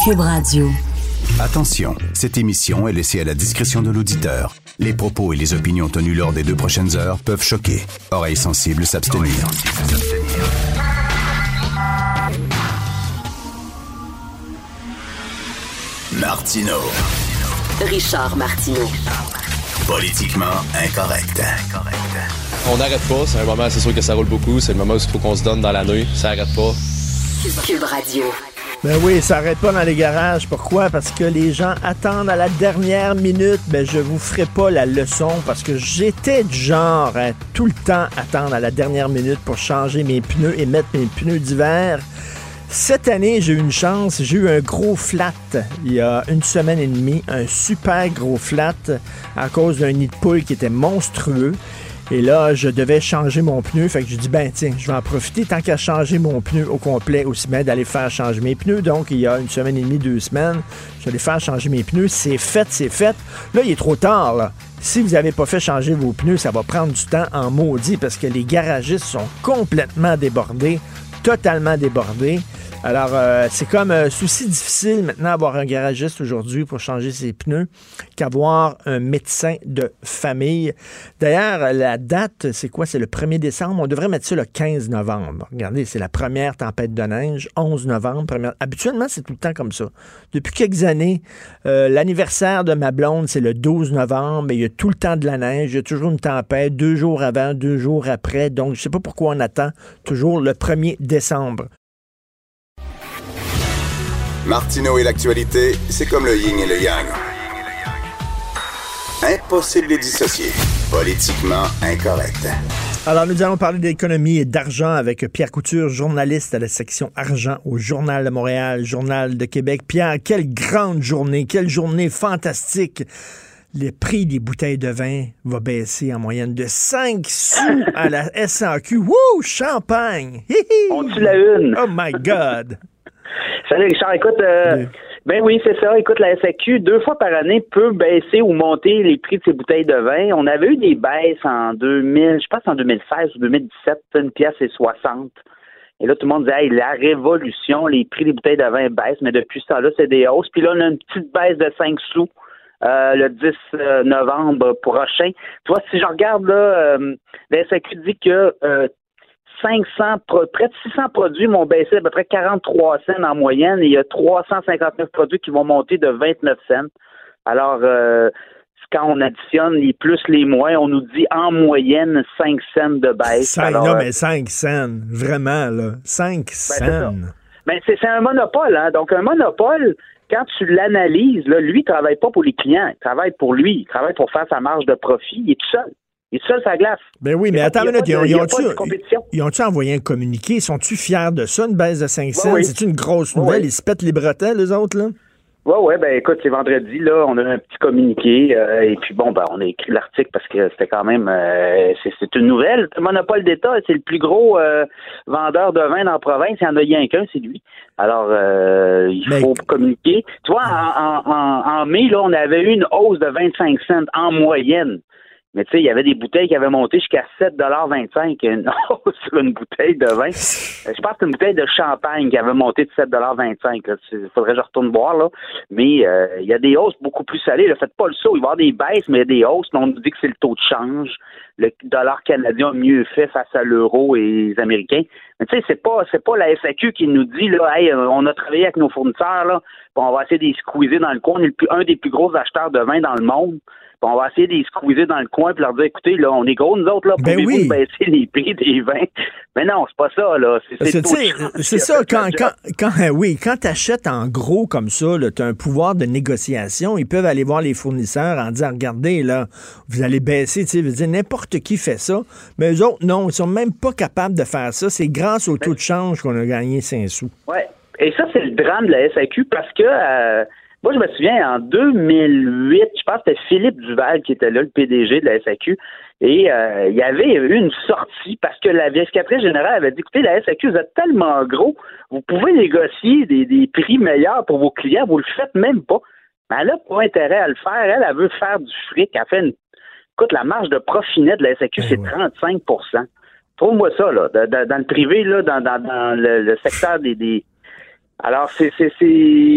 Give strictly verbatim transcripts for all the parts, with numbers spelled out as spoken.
Cube Radio. Attention, cette émission est laissée à la discrétion de l'auditeur. Les propos et les opinions tenues lors des deux prochaines heures peuvent choquer. Oreilles sensibles s'abstenir. Martineau. Richard Martineau. Politiquement incorrect. On n'arrête pas, c'est un moment, c'est sûr que ça roule beaucoup, c'est le moment où il faut qu'on se donne dans la nuit, ça arrête pas. Cube Radio. Ben oui, ça arrête pas dans les garages. Pourquoi? Parce que les gens attendent à la dernière minute. Ben je vous ferai pas la leçon parce que j'étais du genre à tout le temps attendre à la dernière minute pour changer mes pneus et mettre mes pneus d'hiver. Cette année, j'ai eu une chance, j'ai eu un gros flat il y a une semaine et demie, un super gros flat à cause d'un nid de poule qui était monstrueux. Et là, je devais changer mon pneu. Fait que je dis, ben tiens, je vais en profiter tant qu'à changer mon pneu au complet, aussi bien d'aller faire changer mes pneus. Donc, il y a une semaine et demie, deux semaines, je vais aller faire changer mes pneus. C'est fait, c'est fait. Là, il est trop tard, là. Si vous n'avez pas fait changer vos pneus, ça va prendre du temps en maudit parce que les garagistes sont complètement débordés, totalement débordés. Alors, euh, c'est comme un souci difficile maintenant d'avoir un garagiste aujourd'hui pour changer ses pneus qu'avoir un médecin de famille. D'ailleurs, la date, c'est quoi? C'est le premier décembre. On devrait mettre ça le quinze novembre. Regardez, c'est la première tempête de neige, onze novembre. Première... Habituellement, c'est tout le temps comme ça. Depuis quelques années, euh, l'anniversaire de ma blonde, c'est le douze novembre, mais il y a tout le temps de la neige. Il y a toujours une tempête, deux jours avant, deux jours après. Donc, je sais pas pourquoi on attend toujours le premier décembre. Martineau et l'actualité, c'est comme le yin et le yang. Impossible de les dissocier. Politiquement incorrect. Alors, nous allons parler d'économie et d'argent avec Pierre Couture, journaliste à la section argent au Journal de Montréal, Journal de Québec. Pierre, quelle grande journée, quelle journée fantastique. Le prix des bouteilles de vin va baisser en moyenne de cinq sous à la S A Q. Wouh! Champagne! On tue la une. Oh my God! Salut Richard, écoute, euh, oui. ben oui, c'est ça. Écoute, la S A Q, deux fois par année, peut baisser ou monter les prix de ses bouteilles de vin. On avait eu des baisses en deux mille, je pense en deux mille seize ou deux mille dix-sept, une pièce et soixante. Et là, tout le monde disait, hey, la révolution, les prix des bouteilles de vin baissent, mais depuis ce temps-là, c'est des hausses. Puis là, on a une petite baisse de cinq sous euh, le dix novembre prochain. Tu vois, si je regarde, là, euh, la S A Q dit que euh, cinq cents, près de six cents produits m'ont baissé à peu près quarante-trois cents en moyenne et il y a trois cent cinquante-neuf produits qui vont monter de vingt-neuf cents. Alors, euh, quand on additionne les plus, les moins, on nous dit en moyenne cinq cents de baisse. cinq, Alors, non, mais cinq cents, vraiment, là. cinq cents. Ben, c'est, c'est, c'est un monopole, hein. Donc, un monopole, quand tu l'analyses, là, lui, il ne travaille pas pour les clients, il travaille pour lui, il travaille pour faire sa marge de profit, il est tout seul. Il est seul sur la glace. Ben oui, mais il attends une minute, ils ont, ils ont-tu, compétition. ils ont-tu envoyé un communiqué? Sont-tu fiers de ça, une baisse de cinq cents? Oui, oui. C'est-tu une grosse nouvelle? Oui. Ils se pètent les bretelles, les autres, là? Oui, oui, ben écoute, c'est vendredi, là, on a un petit communiqué, euh, et puis bon, ben on a écrit l'article parce que c'était quand même, euh, c'est, c'est une nouvelle. Le monopole d'État, c'est le plus gros euh, vendeur de vin dans la province, il n'y en a rien qu'un, c'est lui. Alors, euh, il Mais... faut communiquer. Tu vois, en, en, en mai, là, on avait eu une hausse de vingt-cinq cents en moyenne. Mais tu sais, il y avait des bouteilles qui avaient monté jusqu'à sept dollars vingt-cinq une hausse sur une bouteille de vin. Je pense que c'est une bouteille de champagne qui avait monté de sept dollars vingt-cinq. Il faudrait que je retourne boire, là. Mais euh, il y a des hausses beaucoup plus salées. Là. Faites pas le saut. Il va y avoir des baisses, mais il y a des hausses. On nous dit que c'est le taux de change. Le dollar canadien a mieux fait face à l'euro et les Américains. Mais tu sais, c'est pas c'est pas la S A Q qui nous dit là, hey, on a travaillé avec nos fournisseurs, là, on va essayer de les squeezer dans le coin. On est le plus, un des plus gros acheteurs de vin dans le monde. On va essayer de les squeezer dans le coin et leur dire, écoutez, là, on est gros, nous autres, là, pouvez-vous ben oui. baisser les prix des vins? Mais non, c'est pas ça, là. C'est, c'est, c'est, c'est ça, quand, quand, quand, oui, quand t'achètes en gros comme ça, là, t'as un pouvoir de négociation, ils peuvent aller voir les fournisseurs en disant, regardez, là, vous allez baisser, tu sais, dire, n'importe qui fait ça, mais eux autres, non, ils sont même pas capables de faire ça. C'est grâce au taux de change qu'on a gagné cinq sous. Ouais. Et ça, c'est le drame de la S A Q parce que, euh, moi, je me souviens, en deux mille huit, je pense que c'était Philippe Duval qui était là, le P D G de la S A Q, et euh, il y avait eu une sortie parce que la vérificatrice générale avait dit, écoutez, la S A Q, vous êtes tellement gros, vous pouvez négocier des, des prix meilleurs pour vos clients, vous le faites même pas. Mais elle n'a pas intérêt à le faire, elle, elle veut faire du fric, elle fait une... Écoute, la marge de profit net de la S A Q, ben c'est oui. trente-cinq pour cent. Trouve-moi ça, là, dans, dans, dans le privé, là, dans, dans, dans le, le secteur des... des Alors, c'est c'est c'est,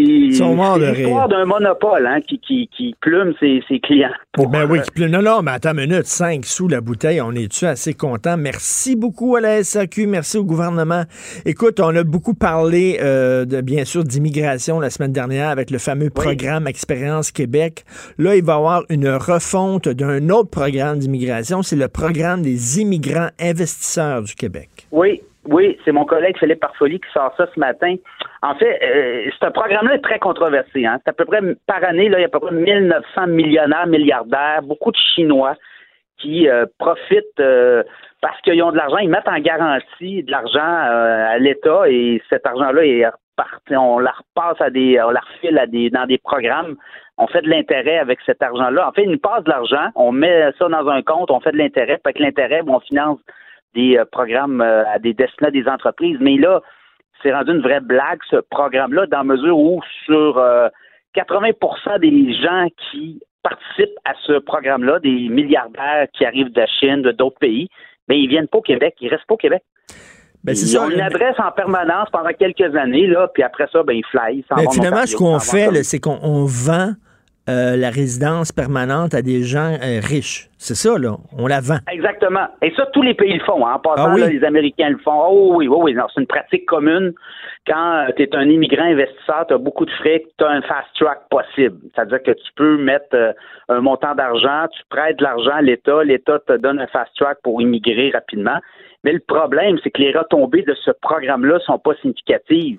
c'est l'histoire d'un monopole hein, qui, qui, qui plume ses, ses clients. Pour, ben oui, qui plume. Non, non, mais attends une minute, cinq sous la bouteille, on est-tu assez content? Merci beaucoup à la S A Q, merci au gouvernement. Écoute, on a beaucoup parlé, euh, de, bien sûr, d'immigration la semaine dernière avec le fameux programme oui. Expérience Québec. Là, il va y avoir une refonte d'un autre programme d'immigration, c'est le programme des immigrants investisseurs du Québec. Oui. Oui, c'est mon collègue Philippe Parfoli qui sort ça ce matin. En fait, euh, ce programme-là est très controversé. Hein. C'est à peu près, par année, là, il y a à peu près mille neuf cents millionnaires, milliardaires, beaucoup de Chinois qui euh, profitent euh, parce qu'ils ont de l'argent, ils mettent en garantie de l'argent euh, à l'État et cet argent-là est reparti, on la repasse à des, on la refile à des, dans des programmes. On fait de l'intérêt avec cet argent-là. En fait, ils nous passent de l'argent, on met ça dans un compte, on fait de l'intérêt, puis avec l'intérêt, on finance des euh, programmes euh, à des destinats des entreprises. Mais là, c'est rendu une vraie blague, ce programme-là, dans la mesure où sur euh, quatre-vingts pour cent des gens qui participent à ce programme-là, des milliardaires qui arrivent de la Chine, de d'autres pays, mais ils viennent pas au Québec, ils restent pas au Québec. Ben, c'est ils ça, ont une adresse en permanence pendant quelques années, là, puis après ça, ben, ils flyent. Ben, finalement, ce qu'on fait, là, c'est qu'on on vend Euh, la résidence permanente à des gens euh, riches. C'est ça, là. On la vend. Exactement. Et ça, tous les pays le font. Hein. En passant, ah oui? là, les Américains le font. Oh oui, oui, oui. Non, c'est une pratique commune. Quand tu es un immigrant investisseur, tu as beaucoup de frais, tu as un fast track possible. C'est-à-dire que tu peux mettre euh, un montant d'argent, tu prêtes de l'argent à l'État, l'État te donne un fast track pour immigrer rapidement. Mais le problème, c'est que les retombées de ce programme-là sont pas significatives.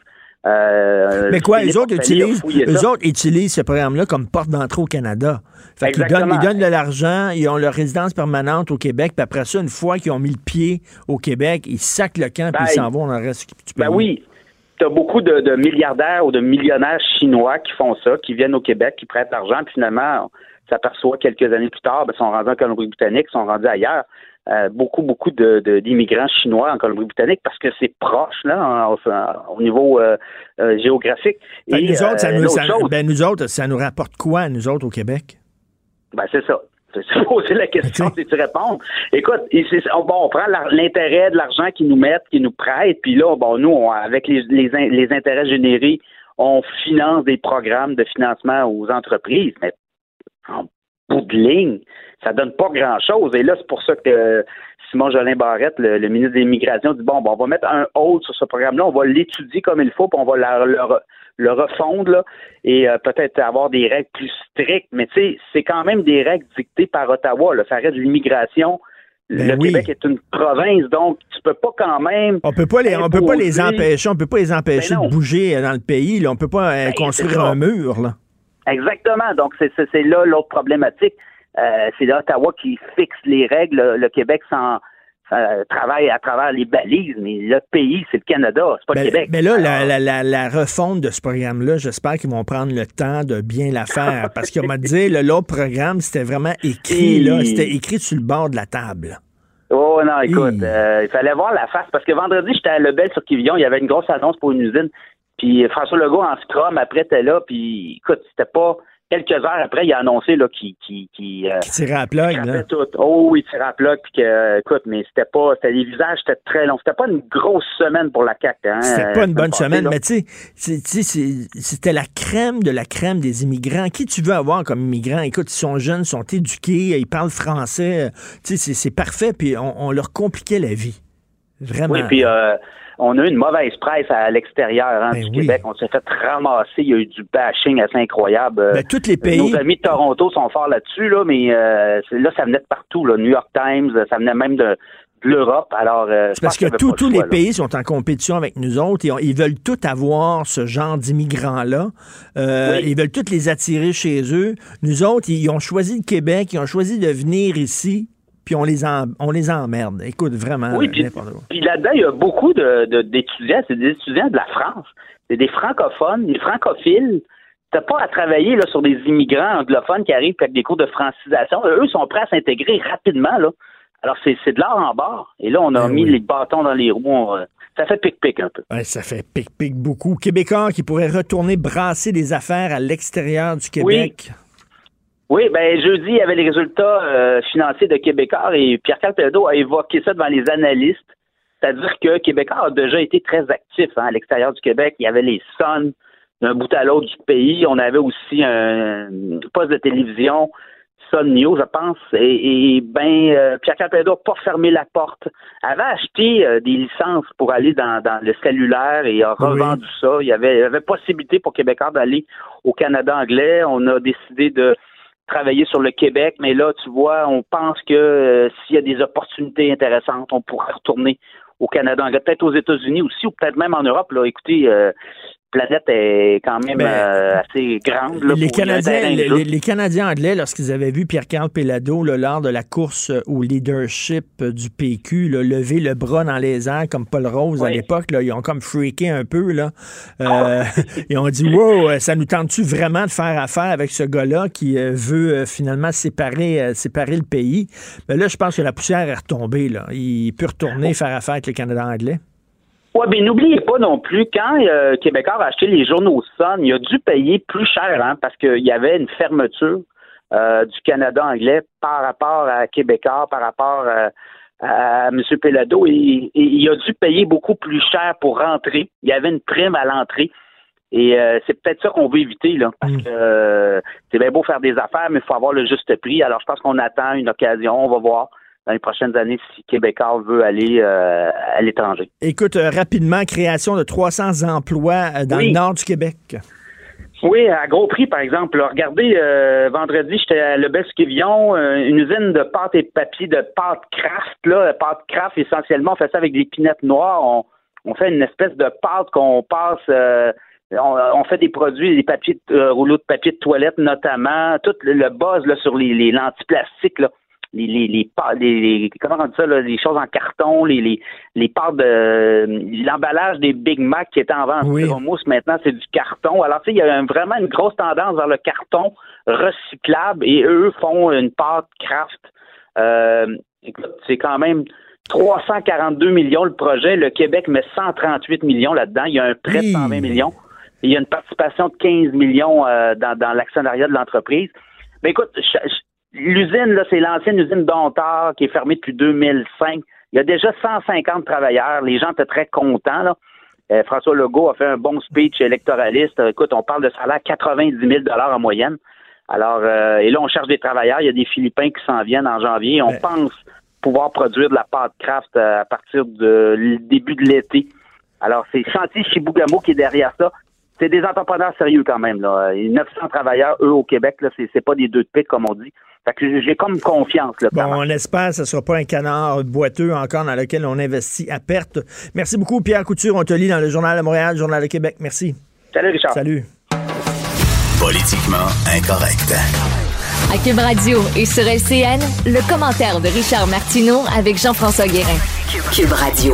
Euh, Mais quoi, eux autres, utilisent, eux autres utilisent ce programme-là comme porte d'entrée au Canada. Fait qu'ils donnent, ils donnent de l'argent, ils ont leur résidence permanente au Québec, puis après ça, une fois qu'ils ont mis le pied au Québec, ils sacent le camp, puis ben, ils s'en vont dans le reste du pays. Ben oui. Tu as beaucoup de, de milliardaires ou de millionnaires chinois qui font ça, qui viennent au Québec, qui prêtent l'argent, puis finalement, on s'aperçoit quelques années plus tard, ben, ils sont rendus en Colombie-Britannique, ils sont rendus ailleurs. Euh, beaucoup, beaucoup de, de, d'immigrants chinois en Colombie-Britannique parce que c'est proche là, en, en, au niveau euh, euh, géographique. Ben, Et, nous, autres, ça euh, nous, ça, ben, nous autres, ça nous rapporte quoi, nous autres, au Québec? Ben, c'est ça. C'est poser la question, c'est tu réponds. Écoute, c'est, on, bon, on prend la, l'intérêt de l'argent qu'ils nous mettent, qu'ils nous prêtent, puis là, bon, nous, on, avec les, les, les intérêts générés, on finance des programmes de financement aux entreprises. Mais en bout de ligne, ça donne pas grand-chose. Et là, c'est pour ça que euh, Simon Jolin Barrette, le, le ministre de l'Immigration, dit bon, bon, on va mettre un hold sur ce programme-là, on va l'étudier comme il faut, puis on va la, le, le refondre, là, et euh, peut-être avoir des règles plus strictes. Mais tu sais, c'est quand même des règles dictées par Ottawa. Là. Ça reste de l'immigration. Ben le oui. Québec est une province, donc tu peux pas quand même. On peut pas les, on peut pas les empêcher, on peut pas les empêcher ben de bouger dans le pays. Là. On peut pas ben, construire un mur, là. Exactement. Donc c'est, c'est, c'est là l'autre problématique. Euh, c'est Ottawa qui fixe les règles. Le, le Québec s'en euh, travaille à travers les balises, mais le pays, c'est le Canada, c'est pas ben, le Québec. Mais là, Alors, la, la, la, la refonte de ce programme-là, j'espère qu'ils vont prendre le temps de bien la faire. Parce qu'on m'a dit, là, l'autre programme, c'était vraiment écrit, là, c'était écrit sur le bord de la table. Oh non, écoute, euh, il fallait voir la face. Parce que vendredi, j'étais à Lebel sur Quivillon, il y avait une grosse annonce pour une usine. Puis François Legault en scrum, après, était là, puis écoute, c'était pas... Quelques heures après, il a annoncé là, qu'il... Qui, qui, euh, qui tirait à la plug, là. Tout. Oh oui, il tirait à la plug, puis que, écoute, mais c'était pas... C'était, les visages, c'était très long. C'était pas une grosse semaine pour la C A Q, hein. C'était pas une bonne semaine, là. Mais tu sais, c'était la crème de la crème des immigrants. Qui tu veux avoir comme immigrant? Écoute, ils sont jeunes, ils sont éduqués, ils parlent français. Tu sais, c'est, c'est parfait, puis on, on leur compliquait la vie. Vraiment. Oui, puis... Euh, on a eu une mauvaise presse à l'extérieur hein, ben du oui. Québec. On s'est fait ramasser. Il y a eu du bashing assez incroyable. Ben, tous les pays... Nos amis de Toronto sont forts là-dessus, là, mais euh, là, ça venait de partout. Là. New York Times, ça venait même de, de l'Europe. Alors, euh, c'est parce que tous tous les là. pays sont en compétition avec nous autres. Et on, ils veulent tous avoir ce genre d'immigrants-là. Euh, oui. Ils veulent tous les attirer chez eux. Nous autres, ils ont choisi le Québec. Ils ont choisi de venir ici. Puis on les en, on les emmerde. Écoute, vraiment. Oui, puis, puis là-dedans, il y a beaucoup de, de, d'étudiants. C'est des étudiants de la France. C'est des francophones, des francophiles. T'as pas à travailler là, sur des immigrants anglophones qui arrivent avec des cours de francisation. Eux sont prêts à s'intégrer rapidement. Là. Alors, c'est, c'est de l'art en barre. Et là, on a ben mis oui. les bâtons dans les roues. On, ça fait pic-pic un peu. Ouais, ça fait pic-pic beaucoup. Québécois qui pourraient retourner brasser des affaires à l'extérieur du Québec. Oui. Oui, ben jeudi, il y avait les résultats euh, financiers de Québécois et Pierre-Carl Péladeau a évoqué ça devant les analystes. C'est-à-dire que Québécois a déjà été très actif hein, à l'extérieur du Québec. Il y avait les Suns d'un bout à l'autre du pays. On avait aussi un poste de télévision, Sun News, je pense. Et, et ben, euh, Pierre-Carl Pellado n'a pas fermé la porte. Avait acheté euh, des licences pour aller dans, dans le cellulaire et a revendu oui. ça. Il y avait, il y avait possibilité pour Québécois d'aller au Canada anglais. On a décidé de travailler sur le Québec, mais là, tu vois, on pense que euh, s'il y a des opportunités intéressantes, on pourrait retourner au Canada anglais, peut-être aux États-Unis aussi, ou peut-être même en Europe. Là, écoutez, euh, la planète est quand même ben, euh, assez grande. Là, les, Canadiens, les, les, les Canadiens anglais, lorsqu'ils avaient vu Pierre-Carl Pellado là, lors de la course au leadership du P Q, là, lever le bras dans les airs comme Paul Rose oui. à l'époque, là, ils ont comme freaké un peu. Là. Euh, oh. Ils ont dit « Wow, ça nous tente-tu vraiment de faire affaire avec ce gars-là qui euh, veut euh, finalement séparer, euh, séparer le pays? » Mais là, je pense que la poussière est retombée. Là. Il peut retourner faire affaire avec les Canadiens anglais. Oui, mais n'oubliez pas non plus, quand euh, Québécois a acheté les journaux Sun, il a dû payer plus cher hein, parce qu'il y avait une fermeture euh, du Canada anglais par rapport à Québécois, par rapport euh, à M. Pellado. Et, et il a dû payer beaucoup plus cher pour rentrer. Il y avait une prime à l'entrée. Et euh, c'est peut-être ça qu'on veut éviter, là, parce que euh, c'est bien beau faire des affaires, mais il faut avoir le juste prix. Alors, je pense qu'on attend une occasion, on va voir dans les prochaines années si Québécois veut aller euh, à l'étranger. Écoute, euh, rapidement, création de trois cents emplois euh, dans oui. le nord du Québec. Oui, à gros prix, par exemple. Là, regardez, euh, vendredi, j'étais à Lebesque-Quévillon, euh, une usine de pâte et papier, de pâte craft. Là, pâte craft, essentiellement, on fait ça avec des pinettes noires. On, on fait une espèce de pâte qu'on passe... Euh, on, on fait des produits, des papiers, euh, rouleaux de papier de toilette notamment, tout le, le buzz là, sur les, les lentilles plastiques, là. Les, les, les, les, les, comment on dit ça, là, les choses en carton, les, les, les pâtes de, l'emballage des Big Mac qui était en vente oui. en mousse, maintenant, c'est du carton. Alors, tu sais, il y a un, vraiment une grosse tendance vers le carton recyclable et eux font une pâte craft. Euh, écoute, c'est quand même trois cent quarante-deux millions le projet. Le Québec met cent trente-huit millions là-dedans. Il y a un prêt de cent vingt millions. Il y a une participation de quinze millions euh, dans, dans l'actionnariat de l'entreprise. Mais écoute, je, je, l'usine, là, c'est l'ancienne usine Dontard qui est fermée depuis deux mille cinq. Il y a déjà cent cinquante travailleurs. Les gens étaient très contents, là. Euh, François Legault a fait un bon speech électoraliste. Écoute, on parle de salaire quatre-vingt-dix mille dollars en moyenne. Alors, euh, et là, on cherche des travailleurs. Il y a des Philippins qui s'en viennent en janvier. On ouais. pense pouvoir produire de la pâte craft à partir du début de l'été. Alors, c'est Chantier Chibougamau qui est derrière ça. C'est des entrepreneurs sérieux quand même, là. neuf cents travailleurs, eux, au Québec, là, c'est, c'est pas des deux de pique, comme on dit. Fait que j'ai comme confiance, là. Bon, on espère que ce ne sera pas un canard boiteux encore dans lequel on investit à perte. Merci beaucoup, Pierre Couture. On te lit dans le Journal de Montréal, le Journal de Québec. Merci. Salut, Richard. Salut. Politiquement incorrect. À Cube Radio et sur L C N, le commentaire de Richard Martineau avec Jean-François Guérin. Cube Radio.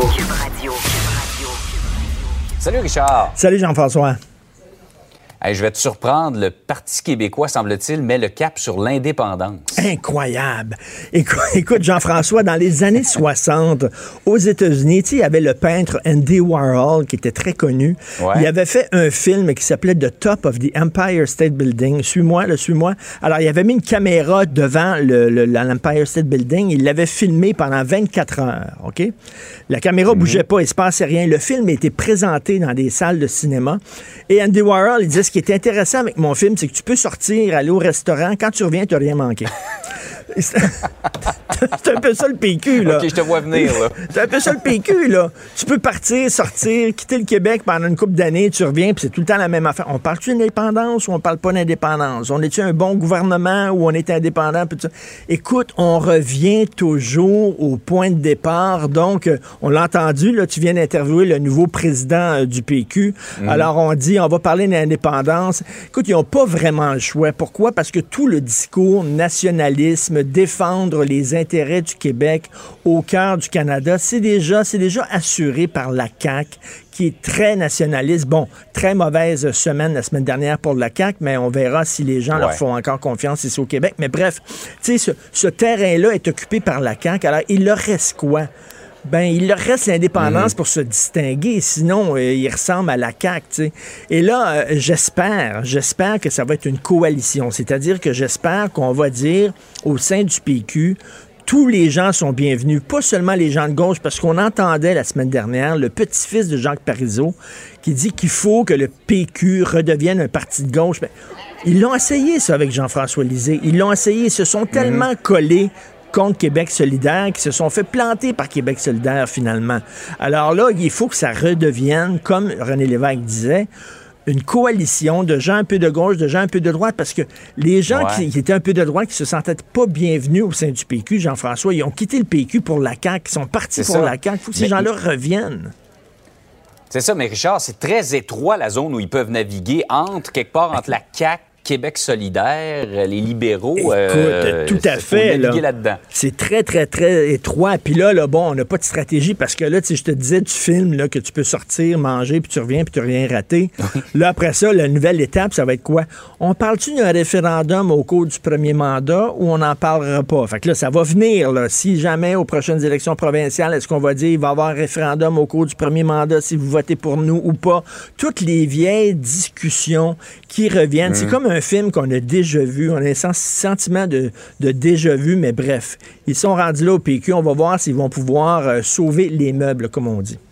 Salut, Richard. Salut, Jean-François. Hey, je vais te surprendre, le Parti québécois, semble-t-il, met le cap sur l'indépendance. Incroyable! Écoute, écoute, Jean-François, dans les années soixante, aux États-Unis, tu sais, il y avait le peintre Andy Warhol, qui était très connu. Ouais. Il avait fait un film qui s'appelait The Top of the Empire State Building. Suis-moi, là, suis-moi. Alors, il avait mis une caméra devant le, le, l'Empire State Building. Il l'avait filmé pendant vingt-quatre heures, OK? La caméra mm-hmm. bougeait pas, il se passait rien. Le film était présenté dans des salles de cinéma. Et Andy Warhol, il disait, ce qui est intéressant avec mon film, c'est que tu peux sortir, aller au restaurant. Quand tu reviens, tu n'as rien manqué. C'est un peu ça le P Q, là. OK, je te vois venir, là. C'est un peu ça le P Q, là. Tu peux partir, sortir, quitter le Québec pendant une couple d'années, tu reviens, puis c'est tout le temps la même affaire. On parle-tu d'indépendance ou on parle pas d'indépendance? On est-tu un bon gouvernement ou on est indépendant? Puis tout ça? Écoute, on revient toujours au point de départ. Donc, on l'a entendu, là, tu viens d'interviewer le nouveau président euh, du P Q. Mmh. Alors, on dit, on va parler d'indépendance. Écoute, ils n'ont pas vraiment le choix. Pourquoi? Parce que tout le discours nationalisme, défendre les intérêts du Québec au cœur du Canada, c'est déjà, c'est déjà assuré par la C A Q, qui est très nationaliste. Bon, très mauvaise semaine la semaine dernière pour la C A Q, mais on verra si les gens ouais. leur font encore confiance ici au Québec. Mais bref, tu sais, ce, ce terrain-là est occupé par la C A Q. Alors, il leur reste quoi? Ben, il leur reste l'indépendance mmh. pour se distinguer. Sinon, euh, il ressemble à la C A Q, tu sais. Et là, euh, j'espère, j'espère que ça va être une coalition. C'est-à-dire que j'espère qu'on va dire au sein du P Q, tous les gens sont bienvenus, pas seulement les gens de gauche, parce qu'on entendait la semaine dernière le petit-fils de Jacques Parizeau qui dit qu'il faut que le P Q redevienne un parti de gauche. Ben, ils l'ont essayé, ça, avec Jean-François Lisée. Ils l'ont essayé. Ils se sont tellement mm-hmm. collés contre Québec solidaire qu'ils se sont fait planter par Québec solidaire, finalement. Alors là, il faut que ça redevienne, comme René Lévesque disait, une coalition de gens un peu de gauche, de gens un peu de droite, parce que les gens ouais. qui, qui étaient un peu de droite, qui se sentaient pas bienvenus au sein du P Q, Jean-François, ils ont quitté le P Q pour la C A Q, ils sont partis c'est pour ça. La C A Q. Il faut que ces mais, gens-là reviennent. C'est ça, mais Richard, c'est très étroit la zone où ils peuvent naviguer entre, quelque part, entre la C A Q, Québec solidaire, les libéraux. Écoute, euh, tout à fait. Là. Là-dedans. C'est très, très, très étroit. Puis là, là, bon, on n'a pas de stratégie parce que là, tu sais, je te disais du film là, que tu peux sortir, manger, puis tu reviens, puis tu n'as rien raté. Là, après ça, la nouvelle étape, ça va être quoi? On parle-tu d'un référendum au cours du premier mandat ou on n'en parlera pas? Fait que là, ça va venir. Là. Si jamais, aux prochaines élections provinciales, est-ce qu'on va dire qu'il va y avoir un référendum au cours du premier mandat si vous votez pour nous ou pas? Toutes les vieilles discussions qui reviennent. Mmh. C'est comme un film qu'on a déjà vu. On a un sentiment de, de déjà vu, mais bref. Ils sont rendus là au P Q. On va voir s'ils vont pouvoir euh, sauver les meubles, comme on dit.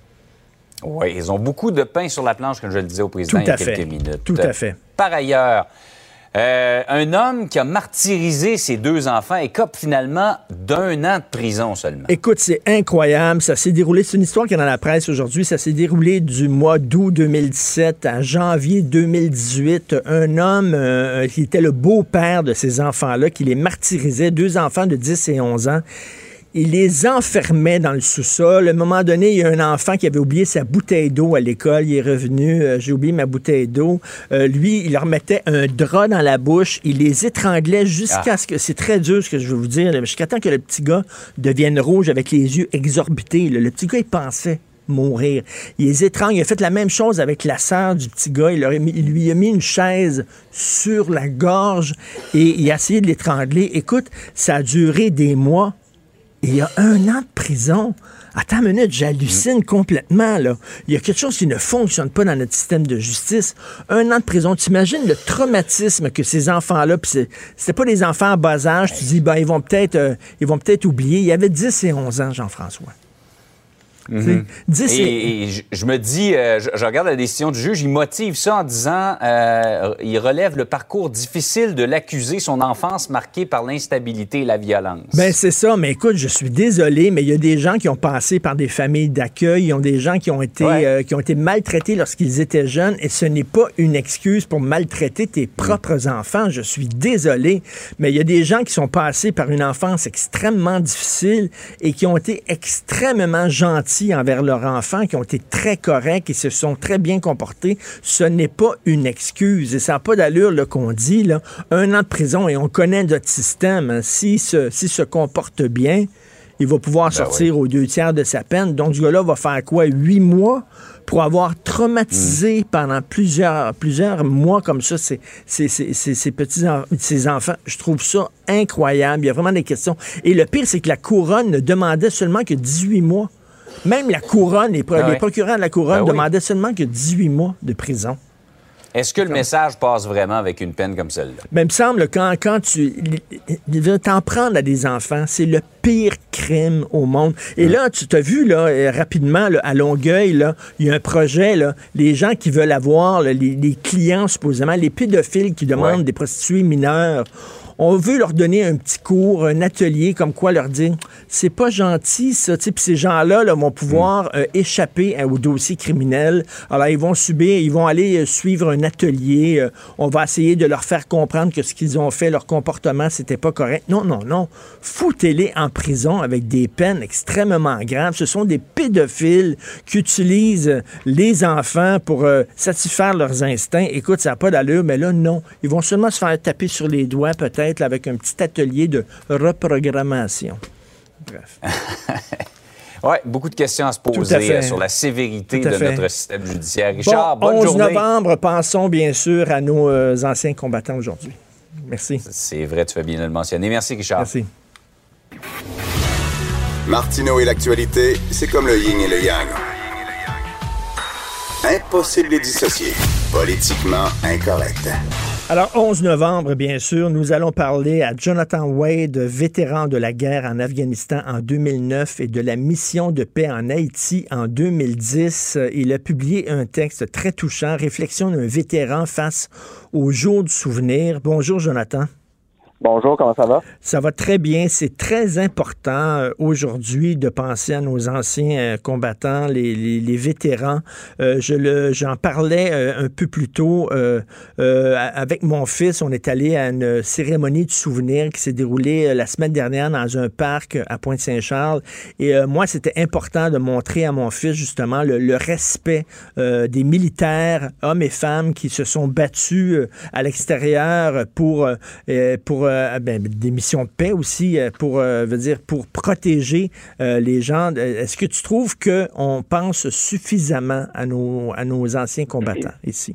Oui, ils ont beaucoup de pain sur la planche, comme je le disais au président il y a quelques minutes. Tout à fait. Par ailleurs, euh, un homme qui a martyrisé ses deux enfants écope finalement d'un an de prison seulement. Écoute, c'est incroyable. Ça s'est déroulé, c'est une histoire qui est dans la presse aujourd'hui. Ça s'est déroulé du mois d'août deux mille dix-sept à janvier deux mille dix-huit. Un homme euh, qui était le beau-père de ces enfants-là, qui les martyrisait, deux enfants de dix et onze ans. Il les enfermait dans le sous-sol. À un moment donné, il y a un enfant qui avait oublié sa bouteille d'eau à l'école. Il est revenu, euh, j'ai oublié ma bouteille d'eau. Euh, lui, il leur mettait un drap dans la bouche. Il les étranglait jusqu'à ah. ce que... C'est très dur ce que je veux vous dire. Là, jusqu'à temps que le petit gars devienne rouge avec les yeux exorbités. Là. Le petit gars, il pensait mourir. Il les étrangle. Il a fait la même chose avec la sœur du petit gars. Il, leur a mis, il lui a mis une chaise sur la gorge et il a essayé de l'étrangler. Écoute, ça a duré des mois. Et il y a un an de prison. Attends une minute, j'hallucine complètement, là. Il y a quelque chose qui ne fonctionne pas dans notre système de justice. Un an de prison. Tu imagines le traumatisme que ces enfants-là, puis c'est, c'était pas des enfants en bas âge, tu dis, ben, ils vont peut-être, euh, ils vont peut-être oublier. Il y avait dix et onze ans, Jean-François. Mm-hmm. dix et, et, et je, je me dis, euh, je, je regarde la décision du juge, il motive ça en disant, euh, il relève le parcours difficile de l'accusé, son enfance marquée par l'instabilité et la violence. Ben c'est ça, mais écoute, je suis désolé, mais il y a des gens qui ont passé par des familles d'accueil, ils ont des gens qui ont été, ouais. euh, qui ont été maltraités lorsqu'ils étaient jeunes, et ce n'est pas une excuse pour maltraiter tes propres mm. enfants, je suis désolé, mais il y a des gens qui sont passés par une enfance extrêmement difficile et qui ont été extrêmement gentils envers leurs enfants, qui ont été très corrects et se sont très bien comportés. Ce n'est pas une excuse. Et ça n'a pas d'allure là, qu'on dit, là, un an de prison et on connaît notre système. Hein. S'il se, s'il se comporte bien, il va pouvoir ben sortir oui. aux deux tiers de sa peine. Donc, ce gars-là va faire quoi? Huit mois pour avoir traumatisé mmh. pendant plusieurs, plusieurs mois comme ça ces, ces, ces, ces, ces petits en, ces enfants. Je trouve ça incroyable. Il y a vraiment des questions. Et le pire, c'est que la couronne ne demandait seulement que dix-huit mois. Même la couronne, les, pro- ah ouais. les procureurs de la couronne ben demandaient oui. seulement que dix-huit mois de prison. Est-ce que le message passe vraiment avec une peine comme celle-là? Ben, il me semble, quand, quand tu t'en prendre à des enfants, c'est le pire crime au monde. Et mmh. là, tu t'as vu, là, rapidement, là, à Longueuil, là, il y a un projet, là, les gens qui veulent avoir, là, les, les clients, supposément, les pédophiles qui demandent ouais. des prostituées mineures, on veut leur donner un petit cours, un atelier, comme quoi leur dire, c'est pas gentil, ça. Puis ces gens-là là, vont pouvoir mm. euh, échapper hein, au dossier criminel. Alors, ils vont subir, ils vont aller euh, suivre un atelier. Euh, on va essayer de leur faire comprendre que ce qu'ils ont fait, leur comportement, c'était pas correct. Non, non, non. Foutez-les en prison avec des peines extrêmement graves. Ce sont des pédophiles qui utilisent les enfants pour euh, satisfaire leurs instincts. Écoute, ça n'a pas d'allure, mais là, non. Ils vont seulement se faire taper sur les doigts, peut-être, là, avec un petit atelier de reprogrammation. Bref. Oui, beaucoup de questions à se poser à sur la sévérité de fait. notre système judiciaire. Richard, bon, bonne onze journée. novembre, pensons bien sûr à nos euh, anciens combattants aujourd'hui. Merci. C'est vrai, tu fais bien de le mentionner. Merci, Richard. Merci. Martineau et l'actualité, c'est comme le yin et le yang. Impossible de les dissocier. Politiquement incorrect. Alors, onze novembre, bien sûr, nous allons parler à Jonathan Wade, vétéran de la guerre en Afghanistan en deux mille neuf et de la mission de paix en Haïti en deux mille dix. Il a publié un texte très touchant, Réflexion d'un vétéran face au jour du souvenir. Bonjour, Jonathan. Bonjour, comment ça va? Ça va très bien. C'est très important euh, aujourd'hui de penser à nos anciens euh, combattants, les, les, les vétérans. Euh, je le, j'en parlais euh, un peu plus tôt euh, euh, avec mon fils. On est allé à une cérémonie de souvenir qui s'est déroulée euh, la semaine dernière dans un parc à Pointe-Saint-Charles. Et euh, moi, c'était important de montrer à mon fils justement le, le respect euh, des militaires, hommes et femmes, qui se sont battus euh, à l'extérieur pour, euh, pour Euh, ben, des missions de paix aussi pour, euh, veut dire, pour protéger euh, les gens. Est-ce que tu trouves qu'on pense suffisamment à nos, à nos anciens combattants ici?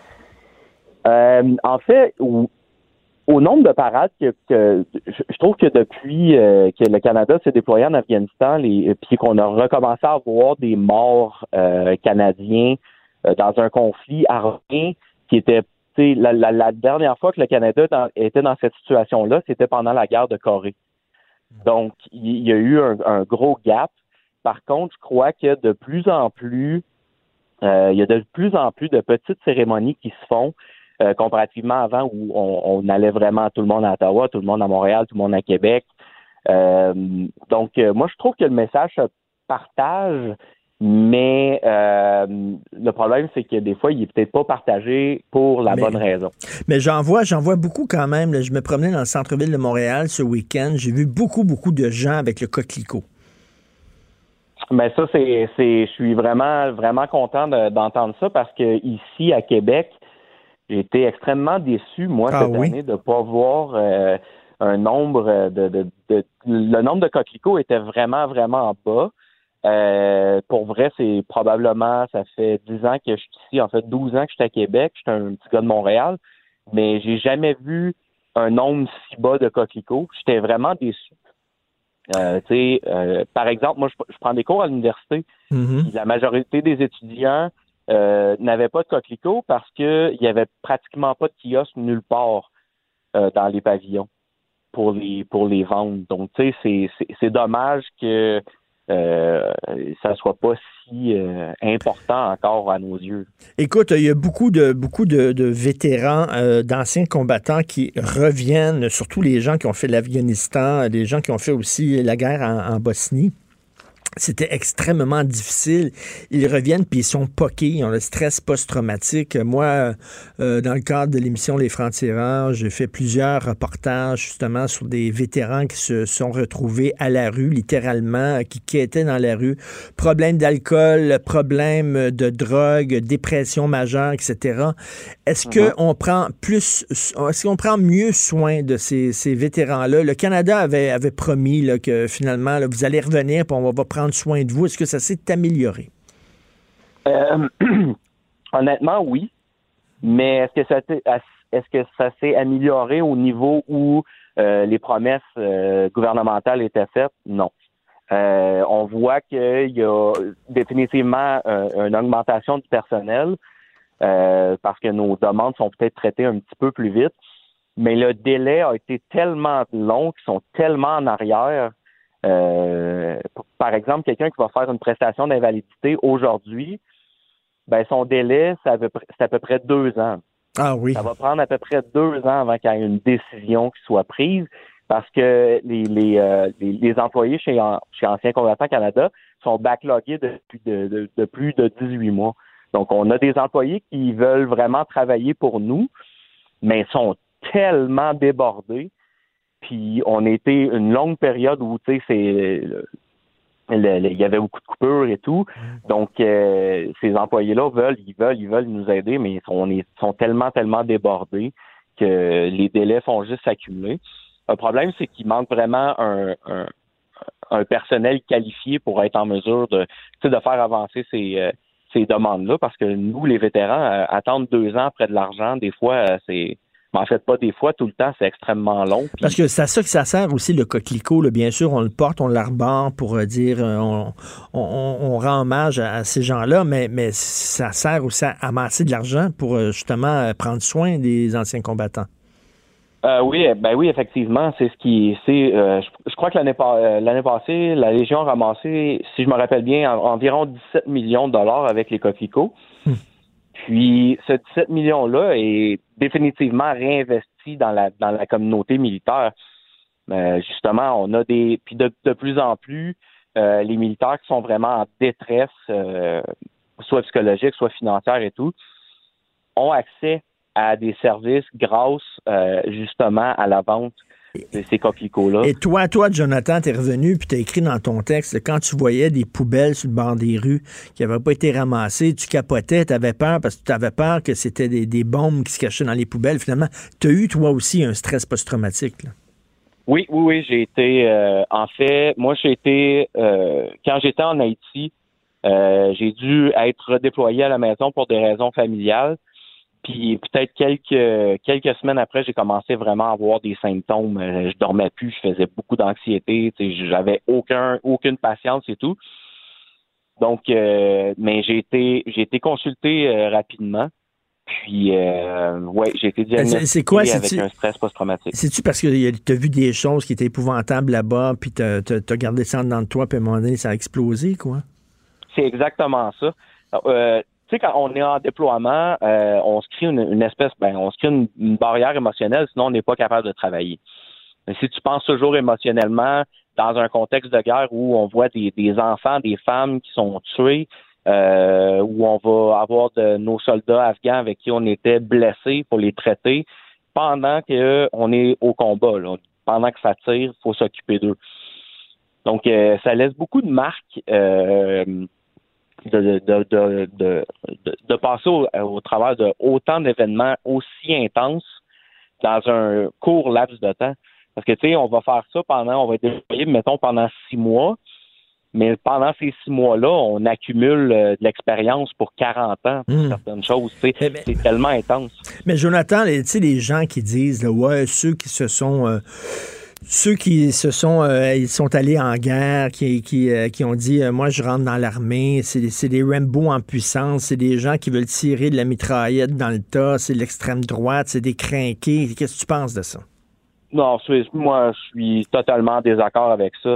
Euh, en fait, au, au nombre de parades que, que je, je trouve que depuis euh, que le Canada s'est déployé en Afghanistan, les, puis qu'on a recommencé à voir des morts euh, canadiens euh, dans un conflit armé qui était La, la, la dernière fois que le Canada dans, était dans cette situation-là, c'était pendant la guerre de Corée. Donc, il y, y a eu un, un gros gap. Par contre, je crois que de plus en plus, euh, il y a de plus en plus de petites cérémonies qui se font euh, comparativement avant où on, on allait vraiment tout le monde à Ottawa, tout le monde à Montréal, tout le monde à Québec. Euh, donc, euh, moi, je trouve que le message se partage. Mais euh, le problème, c'est que des fois, il n'est peut-être pas partagé pour la mais, bonne raison. Mais j'en vois, j'en vois beaucoup quand même. Là, je me promenais dans le centre-ville de Montréal ce week-end. J'ai vu beaucoup, beaucoup de gens avec le coquelicot. Mais ça, c'est, c'est, je suis vraiment, vraiment content de, d'entendre ça parce que ici, à Québec, j'ai été extrêmement déçu, moi, ah, cette oui? année, de ne pas voir euh, un nombre de, de, de... Le nombre de coquelicots était vraiment, vraiment bas. Euh, pour vrai, c'est probablement, ça fait dix ans que je suis ici, en fait douze ans que je suis à Québec, je suis un petit gars de Montréal, mais j'ai jamais vu un nombre si bas de coquelicots. J'étais vraiment déçu. Euh, tu sais, euh, par exemple, moi, je, je prends des cours à l'université. Mm-hmm. La majorité des étudiants euh, n'avaient pas de coquelicots parce qu'il y avait pratiquement pas de kiosque nulle part euh, dans les pavillons pour les pour les vendre. Donc, tu sais, c'est, c'est, c'est dommage que Euh, ça ne soit pas si euh, important encore à nos yeux. Écoute, il y a beaucoup de beaucoup de, de vétérans, euh, d'anciens combattants qui reviennent, surtout les gens qui ont fait l'Afghanistan, les gens qui ont fait aussi la guerre en, en Bosnie. C'était extrêmement difficile. Ils reviennent puis ils sont poqués. Ils ont le stress post-traumatique. Moi, euh, dans le cadre de l'émission Les Francs-Tireurs, j'ai fait plusieurs reportages justement sur des vétérans qui se sont retrouvés à la rue, littéralement, qui, qui étaient dans la rue. Problème d'alcool, problème de drogue, dépression majeure, et cetera. Est-ce mm-hmm. qu'on prend plus, est-ce qu'on prend mieux soin de ces, ces vétérans-là? Le Canada avait, avait promis là, que finalement, là, vous allez revenir puis on va prendre soin de vous. Est-ce que ça s'est amélioré? Euh, honnêtement, oui. Mais est-ce que ça, est-ce que ça s'est amélioré au niveau où euh, les promesses euh, gouvernementales étaient faites? Non. Euh, on voit qu'il y a définitivement euh, une augmentation du personnel euh, parce que nos demandes sont peut-être traitées un petit peu plus vite. Mais le délai a été tellement long qu'ils sont tellement en arrière. Euh, par exemple, quelqu'un qui va faire une prestation d'invalidité aujourd'hui, ben son délai, c'est à peu près, c'est à peu près deux ans. Ah oui. Ça va prendre à peu près deux ans avant qu'il y ait une décision qui soit prise parce que les, les, euh, les, les employés chez, chez Anciens Combattants Canada sont backloggés depuis de, de, de plus de dix-huit mois. Donc, on a des employés qui veulent vraiment travailler pour nous, mais sont tellement débordés. Puis on était une longue période où, tu sais, c'est il y avait beaucoup de coupures et tout. Donc, euh, ces employés-là veulent, ils veulent, ils veulent nous aider, mais ils sont, on est, sont tellement, tellement débordés que les délais font juste s'accumuler. Le problème, c'est qu'il manque vraiment un, un, un personnel qualifié pour être en mesure de, tu sais, de faire avancer ces, euh, ces demandes-là, parce que nous, les vétérans, euh, attendre deux ans après de l'argent, des fois, euh, c'est Mais en fait, pas des fois, tout le temps, c'est extrêmement long. Puis... Parce que c'est à ça que ça sert aussi, le coquelicot. Là. Bien sûr, on le porte, on l'arbore pour euh, dire, euh, on, on, on rend hommage à, à ces gens-là, mais, mais ça sert aussi à amasser de l'argent pour euh, justement euh, prendre soin des anciens combattants. Euh, oui, ben oui, effectivement, c'est ce qui, c'est, euh, je, je crois que l'année, euh, l'année passée, la Légion a ramassé, si je me rappelle bien, en, environ dix-sept millions de dollars avec les coquelicots. Hum. Puis, ce dix-sept millions-là est définitivement réinvesti dans la dans la communauté militaire. Euh, justement, on a des... Puis de, de plus en plus, euh, les militaires qui sont vraiment en détresse, euh, soit psychologique, soit financière et tout, ont accès à des services grâce, euh, justement, à la vente de ces coquelicots-là. Et toi, toi, Jonathan, t'es revenu puis t'as écrit dans ton texte, quand tu voyais des poubelles sur le bord des rues qui n'avaient pas été ramassées, tu capotais, t'avais peur parce que tu avais peur que c'était des, des bombes qui se cachaient dans les poubelles. Finalement, t'as eu, toi aussi, un stress post-traumatique, là. Oui, oui, oui, j'ai été, euh, en fait, moi, j'ai été, euh, quand j'étais en Haïti, euh, j'ai dû être redéployé à la maison pour des raisons familiales. Puis peut-être quelques quelques semaines après, j'ai commencé vraiment à avoir des symptômes. Je dormais plus, je faisais beaucoup d'anxiété, tu sais, j'avais aucun aucune patience et tout. Donc, euh, mais j'ai été j'ai été consulté euh, rapidement. Puis, euh, ouais, j'ai été diagnostiqué c'est quoi, avec c'est-tu, un stress post-traumatique. C'est-tu parce que tu as vu des choses qui étaient épouvantables là-bas, puis tu as gardé ça dans toi, puis à un moment donné, ça a explosé, quoi? C'est exactement ça. Euh, Tu sais, quand on est en déploiement, euh, on se crée une, une espèce, ben, on se crée une, une barrière émotionnelle, sinon on n'est pas capable de travailler. Mais si tu penses toujours émotionnellement dans un contexte de guerre où on voit des, des enfants, des femmes qui sont tués, euh, où on va avoir de nos soldats afghans avec qui on était blessés pour les traiter, pendant qu'on est au combat, là, pendant que ça tire, il faut s'occuper d'eux. Donc, euh, ça laisse beaucoup de marques. Euh, De, de, de, de, de, de, de passer au, au travers de autant d'événements aussi intenses dans un court laps de temps. Parce que, tu sais, on va faire ça pendant, on va être déployé, mettons, pendant six mois, mais pendant ces six mois-là, on accumule euh, de l'expérience pour quarante ans pour mmh. certaines choses. Tu sais, mais, mais, c'est tellement intense. Mais Jonathan, tu sais, les gens qui disent, là, ouais, ceux qui se sont... Euh Ceux qui se sont euh, ils sont allés en guerre, qui, qui, euh, qui ont dit euh, moi je rentre dans l'armée, c'est, c'est des Rambo en puissance, c'est des gens qui veulent tirer de la mitraillette dans le tas, c'est l'extrême droite, c'est des crinqués. Qu'est-ce que tu penses de ça? Non, moi je suis totalement en désaccord avec ça.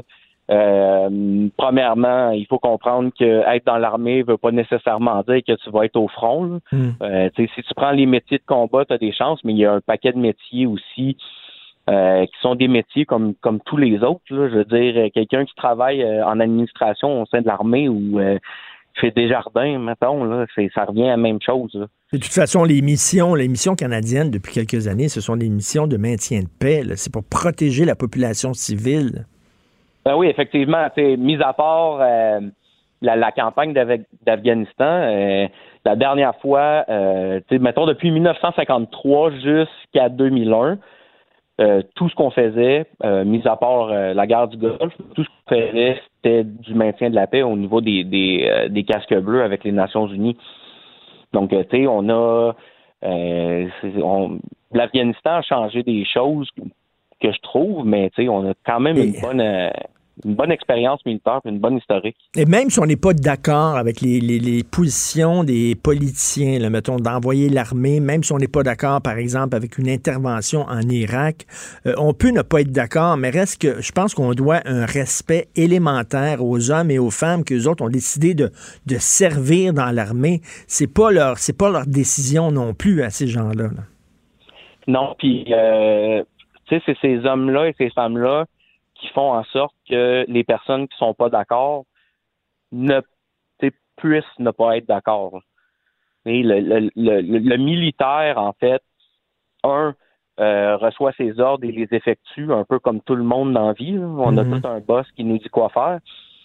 Euh, premièrement, il faut comprendre que être dans l'armée ne veut pas nécessairement dire que tu vas être au front. Mm. Euh, si tu prends les métiers de combat, tu as des chances, mais il y a un paquet de métiers aussi. Euh, qui sont des métiers comme comme tous les autres. Là. Je veux dire, quelqu'un qui travaille euh, en administration au sein de l'armée ou euh, fait des jardins, mettons, là, c'est, ça revient à la même chose. Là. De toute façon, les missions, les missions canadiennes depuis quelques années, ce sont des missions de maintien de paix. Là. C'est pour protéger la population civile. Ben oui, effectivement. Mis à part euh, la, la campagne d'Af- d'Afghanistan, euh, la dernière fois, euh, mettons depuis dix-neuf cent cinquante-trois jusqu'à deux mille un, Euh, tout ce qu'on faisait, euh, mis à part euh, la guerre du Golfe, tout ce qu'on faisait, c'était du maintien de la paix au niveau des des, euh, des casques bleus avec les Nations Unies. Donc, euh, tu sais, on a... Euh, on, l'Afghanistan a changé des choses que je trouve, mais tu sais, on a quand même une bonne... Euh, une bonne expérience militaire, une bonne historique. Et même si on n'est pas d'accord avec les, les, les positions des politiciens, là, mettons, d'envoyer l'armée, même si on n'est pas d'accord, par exemple, avec une intervention en Irak, euh, on peut ne pas être d'accord, mais reste que je pense qu'on doit un respect élémentaire aux hommes et aux femmes qu'eux autres ont décidé de, de servir dans l'armée. C'est pas leur, c'est pas leur décision non plus à ces gens-là. Là. Non, puis, euh, tu sais, c'est ces hommes-là et ces femmes-là qui font en sorte que les personnes qui sont pas d'accord ne puissent ne pas être d'accord. Et le, le, le, le militaire, en fait, un, euh, reçoit ses ordres et les effectue, un peu comme tout le monde dans la vie. Là. On mm-hmm. a tout un boss qui nous dit quoi faire.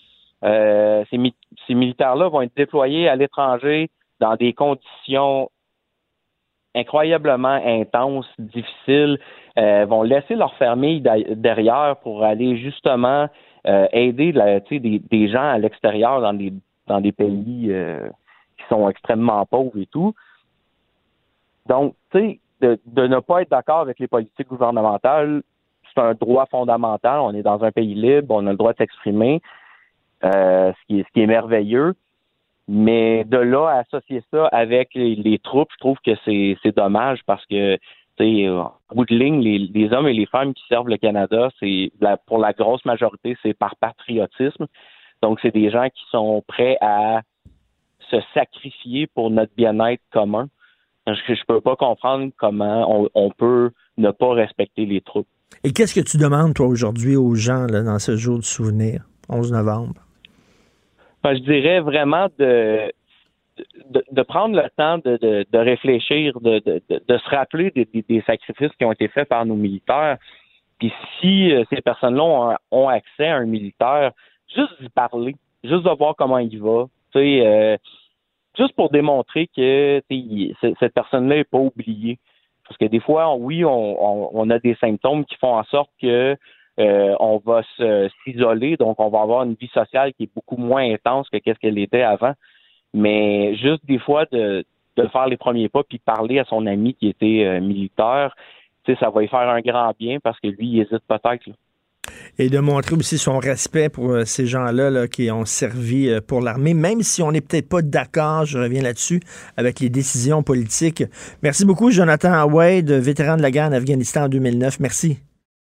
Euh, ces, mi- ces militaires-là vont être déployés à l'étranger dans des conditions incroyablement intenses, difficiles, euh, vont laisser leur famille derrière pour aller justement euh, aider la, des, des gens à l'extérieur dans des dans des pays euh, qui sont extrêmement pauvres et tout. Donc, tu sais, de, de ne pas être d'accord avec les politiques gouvernementales, c'est un droit fondamental. On est dans un pays libre, on a le droit de s'exprimer, euh, ce qui est, ce qui est merveilleux. Mais de là à associer ça avec les, les troupes, je trouve que c'est, c'est dommage parce que, tu sais, en bout de ligne, les, les hommes et les femmes qui servent le Canada, c'est la, pour la grosse majorité, c'est par patriotisme. Donc, c'est des gens qui sont prêts à se sacrifier pour notre bien-être commun. Je ne peux pas comprendre comment on, on peut ne pas respecter les troupes. Et qu'est-ce que tu demandes, toi, aujourd'hui, aux gens là, dans ce jour du souvenir, onze novembre? Ben, je dirais vraiment de, de, de prendre le temps de, de, de réfléchir, de, de, de se rappeler des, des, des sacrifices qui ont été faits par nos militaires. Puis si euh, ces personnes-là ont, ont accès à un militaire, juste d'y parler, juste de voir comment il va, tu sais, euh, juste pour démontrer que cette personne-là n'est pas oubliée. Parce que des fois, oui, on, on, on a des symptômes qui font en sorte que euh, on va se, s'isoler, donc on va avoir une vie sociale qui est beaucoup moins intense que qu'est-ce qu'elle était avant. Mais juste des fois de, de faire les premiers pas puis parler à son ami qui était euh, militaire, tu sais, ça va lui faire un grand bien parce que lui, il hésite peut-être, là. Et de montrer aussi son respect pour euh, ces gens-là là, qui ont servi euh, pour l'armée, même si on n'est peut-être pas d'accord, je reviens là-dessus, avec les décisions politiques. Merci beaucoup, Jonathan Wade, vétéran de la guerre en Afghanistan en deux mille neuf. Merci.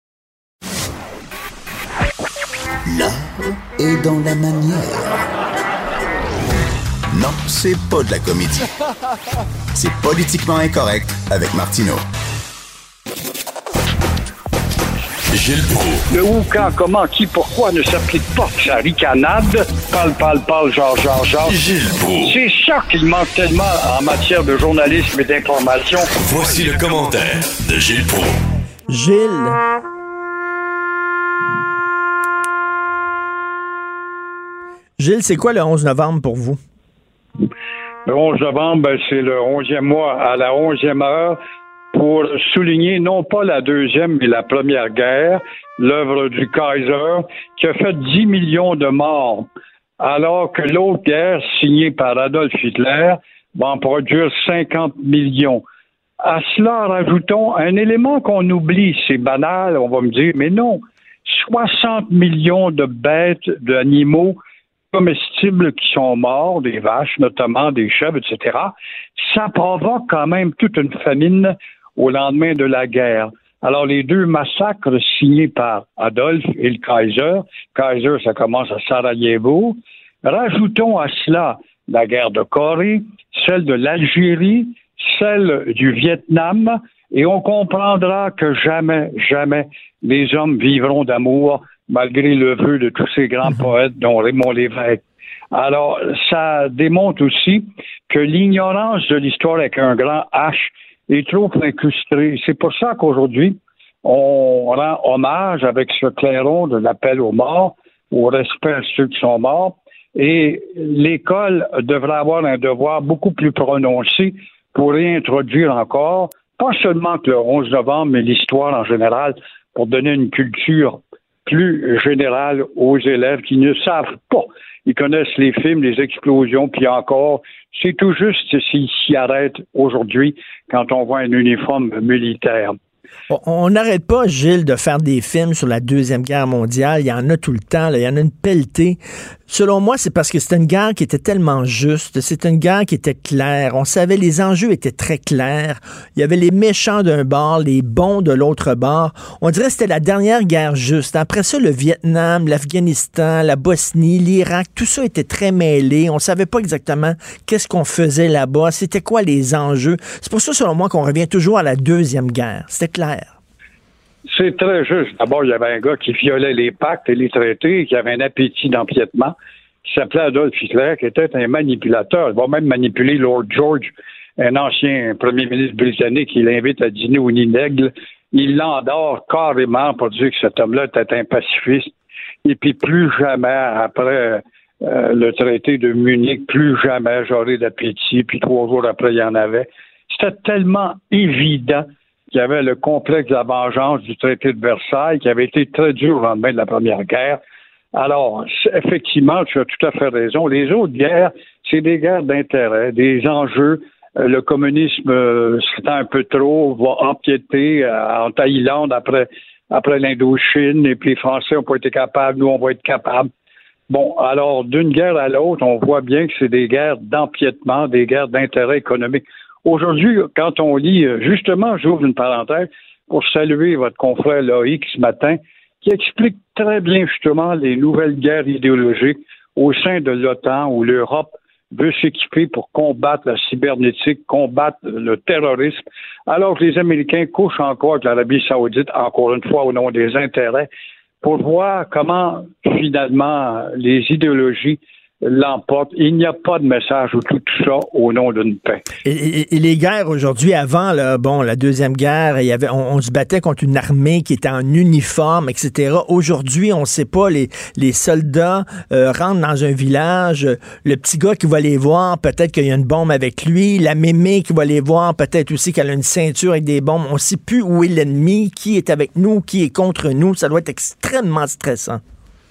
L'art est dans la manière. Non, c'est pas de la comédie. C'est Politiquement Incorrect avec Martineau. Gilles Proulx. Le où, quand, comment, qui, pourquoi ne s'applique pas sa ricanade. Parle, parle, parle, genre, genre, genre. Gilles Proulx. C'est ça qu'il manque tellement en matière de journalisme et d'information. Voici le commentaire de Gilles Proulx. Gilles. Gilles, c'est quoi le onze novembre pour vous? Le onze novembre, ben, c'est le onzième mois à la onzième heure pour souligner non pas la deuxième mais la première guerre, l'œuvre du Kaiser, qui a fait dix millions de morts, alors que l'autre guerre, signée par Adolf Hitler, va en produire cinquante millions. À cela, rajoutons un élément qu'on oublie, c'est banal, on va me dire, mais non, soixante millions de bêtes, d'animaux comestibles qui sont morts, des vaches, notamment des chèvres, et cetera, ça provoque quand même toute une famine au lendemain de la guerre. Alors, les deux massacres signés par Adolphe et le Kaiser, Kaiser, ça commence à Sarajevo, rajoutons à cela la guerre de Corée, celle de l'Algérie, celle du Vietnam, et on comprendra que jamais, jamais les hommes vivront d'amour malgré le vœu de tous ces grands poètes, dont Raymond Lévesque. Alors, ça démontre aussi que l'ignorance de l'histoire avec un grand H est trop incrustée. C'est pour ça qu'aujourd'hui, on rend hommage avec ce clairon de l'appel aux morts, au respect à ceux qui sont morts, et l'école devrait avoir un devoir beaucoup plus prononcé pour réintroduire encore, pas seulement que le onze novembre, mais l'histoire en général, pour donner une culture plus générale aux élèves qui ne savent pas. Ils connaissent les films, les explosions, puis encore, c'est tout juste s'ils s'y arrêtent aujourd'hui quand on voit un uniforme militaire. On n'arrête pas, Gilles, de faire des films sur la Deuxième Guerre mondiale. Il y en a tout le temps, là. Il y en a une pelletée. Selon moi, c'est parce que c'était une guerre qui était tellement juste. C'était une guerre qui était claire. On savait, les enjeux étaient très clairs. Il y avait les méchants d'un bord, les bons de l'autre bord. On dirait que c'était la dernière guerre juste. Après ça, le Vietnam, l'Afghanistan, la Bosnie, l'Irak, tout ça était très mêlé. On savait pas exactement qu'est-ce qu'on faisait là-bas. C'était quoi les enjeux. C'est pour ça, selon moi, qu'on revient toujours à la Deuxième Guerre. C'était clair. C'est très juste. D'abord, il y avait un gars qui violait les pactes et les traités, qui avait un appétit d'empiètement, qui s'appelait Adolf Hitler, qui était un manipulateur. Il va même manipuler Lord George, un ancien premier ministre britannique, qui l'invite à dîner au Nid d'Aigle. Il l'endort carrément pour dire que cet homme-là était un pacifiste. Et puis, plus jamais, après euh, le traité de Munich, plus jamais j'aurai d'appétit. Puis, trois jours après, il y en avait. C'était tellement évident qu'il y avait le complexe de la vengeance du traité de Versailles, qui avait été très dur au lendemain de la Première Guerre. Alors, effectivement, tu as tout à fait raison. Les autres guerres, c'est des guerres d'intérêt, des enjeux le communisme, euh, c'était un peu trop, va empiéter euh, en Thaïlande après, après l'Indochine, et puis les Français n'ont pas été capables, nous, on va être capables. Bon, alors, d'une guerre à l'autre, on voit bien que c'est des guerres d'empiètement, des guerres d'intérêt économique. Aujourd'hui, quand on lit, justement, j'ouvre une parenthèse pour saluer votre confrère Loïc ce matin, qui explique très bien, justement, les nouvelles guerres idéologiques au sein de l'OTAN, où l'Europe veut s'équiper pour combattre la cybernétique, combattre le terrorisme, alors que les Américains couchent encore avec l'Arabie saoudite, encore une fois, au nom des intérêts, pour voir comment, finalement, les idéologies l'emportent. Il n'y a pas de message ou tout ça au nom d'une paix. Et, et, et les guerres aujourd'hui, avant, là, bon, la Deuxième Guerre, il y avait, on, on se battait contre une armée qui était en uniforme, et cetera. Aujourd'hui, on ne sait pas, les, les soldats euh, rentrent dans un village, le petit gars qui va les voir, peut-être qu'il y a une bombe avec lui, la mémé qui va les voir, peut-être aussi qu'elle a une ceinture avec des bombes. On ne sait plus où est l'ennemi, qui est avec nous, qui est contre nous. Ça doit être extrêmement stressant.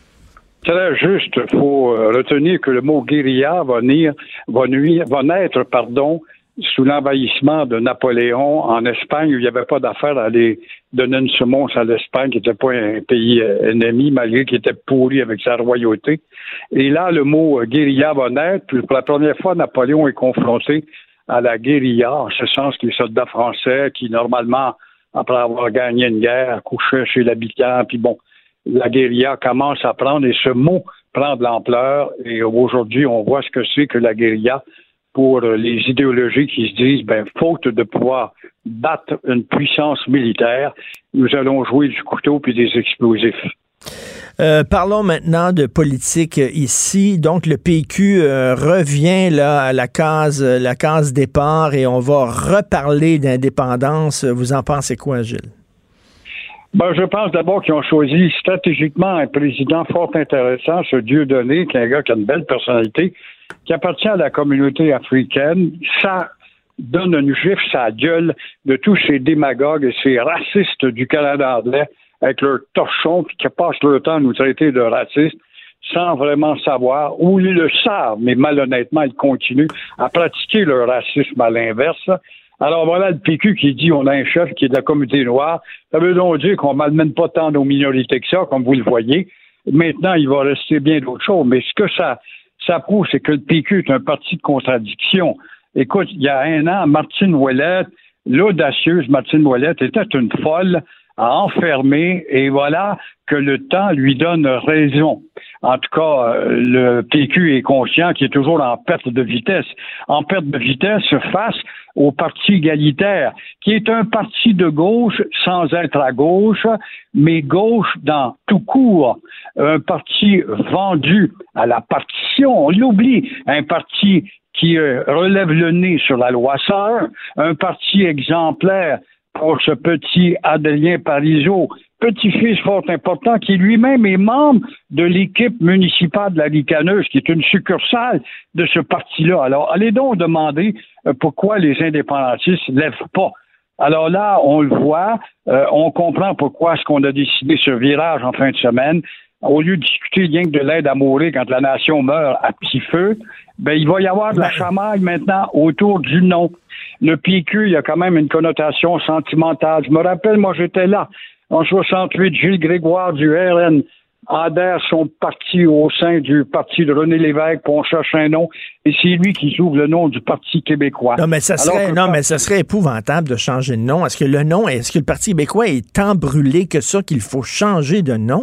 Très juste, il faut retenir que le mot guérilla va, nuire, va, nuire, va naître pardon, sous l'envahissement de Napoléon en Espagne, où il n'y avait pas d'affaire à aller donner une semonce à l'Espagne, qui n'était pas un pays ennemi, malgré qu'il était pourri avec sa royauté. Et là, le mot guérilla va naître, puis pour la première fois, Napoléon est confronté à la guérilla, en ce sens que les soldats français, qui normalement, après avoir gagné une guerre, couchaient chez l'habitant, puis bon, la guérilla commence à prendre, et ce mot prend de l'ampleur, et aujourd'hui, on voit ce que c'est que la guérilla pour les idéologies qui se disent, ben, faute de pouvoir battre une puissance militaire, nous allons jouer du couteau puis des explosifs. Euh, parlons maintenant de politique ici. Donc, le P Q euh, revient là à la case, la case départ, et on va reparler d'indépendance. Vous en pensez quoi, Gilles? Ben, je pense d'abord qu'ils ont choisi stratégiquement un président fort intéressant, ce Dieudonné, qui est un gars qui a une belle personnalité, qui appartient à la communauté africaine. Ça donne une gifle, ça gueule de tous ces démagogues et ces racistes du Canada anglais avec leurs torchons qui passent leur temps à nous traiter de racistes sans vraiment savoir, ou ils le savent, mais malhonnêtement, ils continuent à pratiquer leur racisme à l'inverse. Alors voilà le P Q qui dit on a un chef qui est de la communauté noire. Ça veut donc dire qu'on ne malmène pas tant nos minorités que ça, comme vous le voyez. Maintenant, il va rester bien d'autres choses. Mais ce que ça, ça prouve, c'est que le P Q est un parti de contradiction. Écoute, il y a un an, Martine Ouellette, l'audacieuse Martine Ouellette, était une folle à enfermer, et voilà que le temps lui donne raison. En tout cas, le P Q est conscient qu'il est toujours en perte de vitesse. En perte de vitesse face au Parti égalitaire, qui est un parti de gauche sans être à gauche, mais gauche dans tout court. Un parti vendu à la partition, on l'oublie, un parti qui euh, relève le nez sur la loi Sœur, un parti exemplaire pour ce petit Adrien Parizeau, petit-fils fort important, qui lui-même est membre de l'équipe municipale de la Ricaneuse, qui est une succursale de ce parti-là. Alors, allez donc demander euh, pourquoi les indépendantistes ne lèvent pas. Alors là, on le voit, euh, on comprend pourquoi est-ce qu'on a décidé ce virage en fin de semaine. Au lieu de discuter rien que de l'aide à mourir quand la nation meurt à petit feu, ben il va y avoir de la chamaille maintenant autour du nom. Le P Q, il y a quand même une connotation sentimentale. Je me rappelle, moi j'étais là, en soixante-huit, Gilles Grégoire du R N adhère son parti au sein du parti de René Lévesque, pour on cherche un nom, et c'est lui qui ouvre le nom du Parti québécois. Non, mais ça serait, non, mais ça serait épouvantable de changer de nom. Est-ce que le nom, est-ce que le Parti québécois est tant brûlé que ça qu'il faut changer de nom?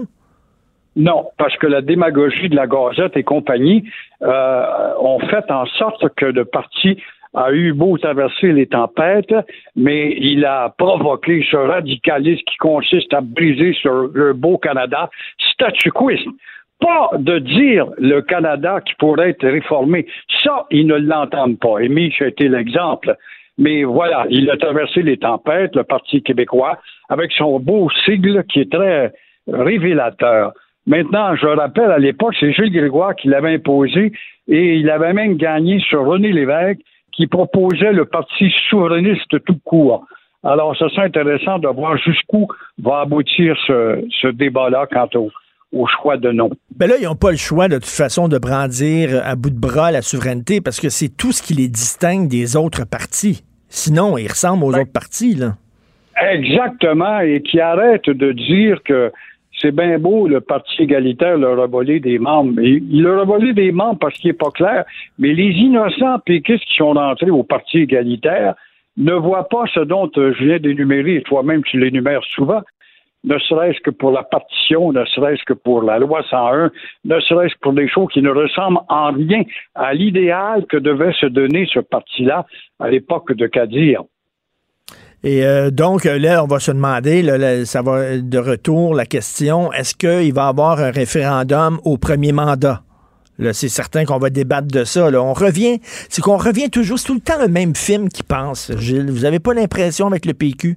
Non, parce que la démagogie de la Gazette et compagnie euh, ont fait en sorte que le parti a eu beau traverser les tempêtes, mais il a provoqué ce radicalisme qui consiste à briser sur le beau Canada statu quoiste. Pas de dire le Canada qui pourrait être réformé. Ça, ils ne l'entendent pas. Et Mich a été l'exemple. Mais voilà, il a traversé les tempêtes, le Parti québécois, avec son beau sigle qui est très révélateur. Maintenant, je rappelle, à l'époque, c'est Gilles Grégoire qui l'avait imposé, et il avait même gagné sur René Lévesque, qui proposait le Parti souverainiste tout court. Alors, ça serait intéressant de voir jusqu'où va aboutir ce, ce débat-là quant au, au choix de non. Ben là, ils n'ont pas le choix, de toute façon, de brandir à bout de bras la souveraineté, parce que c'est tout ce qui les distingue des autres partis. Sinon, ils ressemblent aux ben, autres partis, là. Exactement, et qui arrêtent de dire que c'est bien beau, le Parti égalitaire leur a volé des membres. Mais il leur a volé des membres parce qu'il n'est pas clair. Mais les innocents péquistes qui sont rentrés au Parti égalitaire ne voient pas ce dont je viens d'énumérer, et toi-même tu l'énumères souvent, ne serait-ce que pour la partition, ne serait-ce que pour la loi cent un, ne serait-ce que pour des choses qui ne ressemblent en rien à l'idéal que devait se donner ce parti-là à l'époque de Kadir. Et euh, donc, là, on va se demander, là, là, ça va de retour, la question, est-ce qu'il va y avoir un référendum au premier mandat? Là, c'est certain qu'on va débattre de ça. Là. On revient, c'est qu'on revient toujours, c'est tout le temps le même film qui passe, Gilles. Vous n'avez pas l'impression avec le P Q?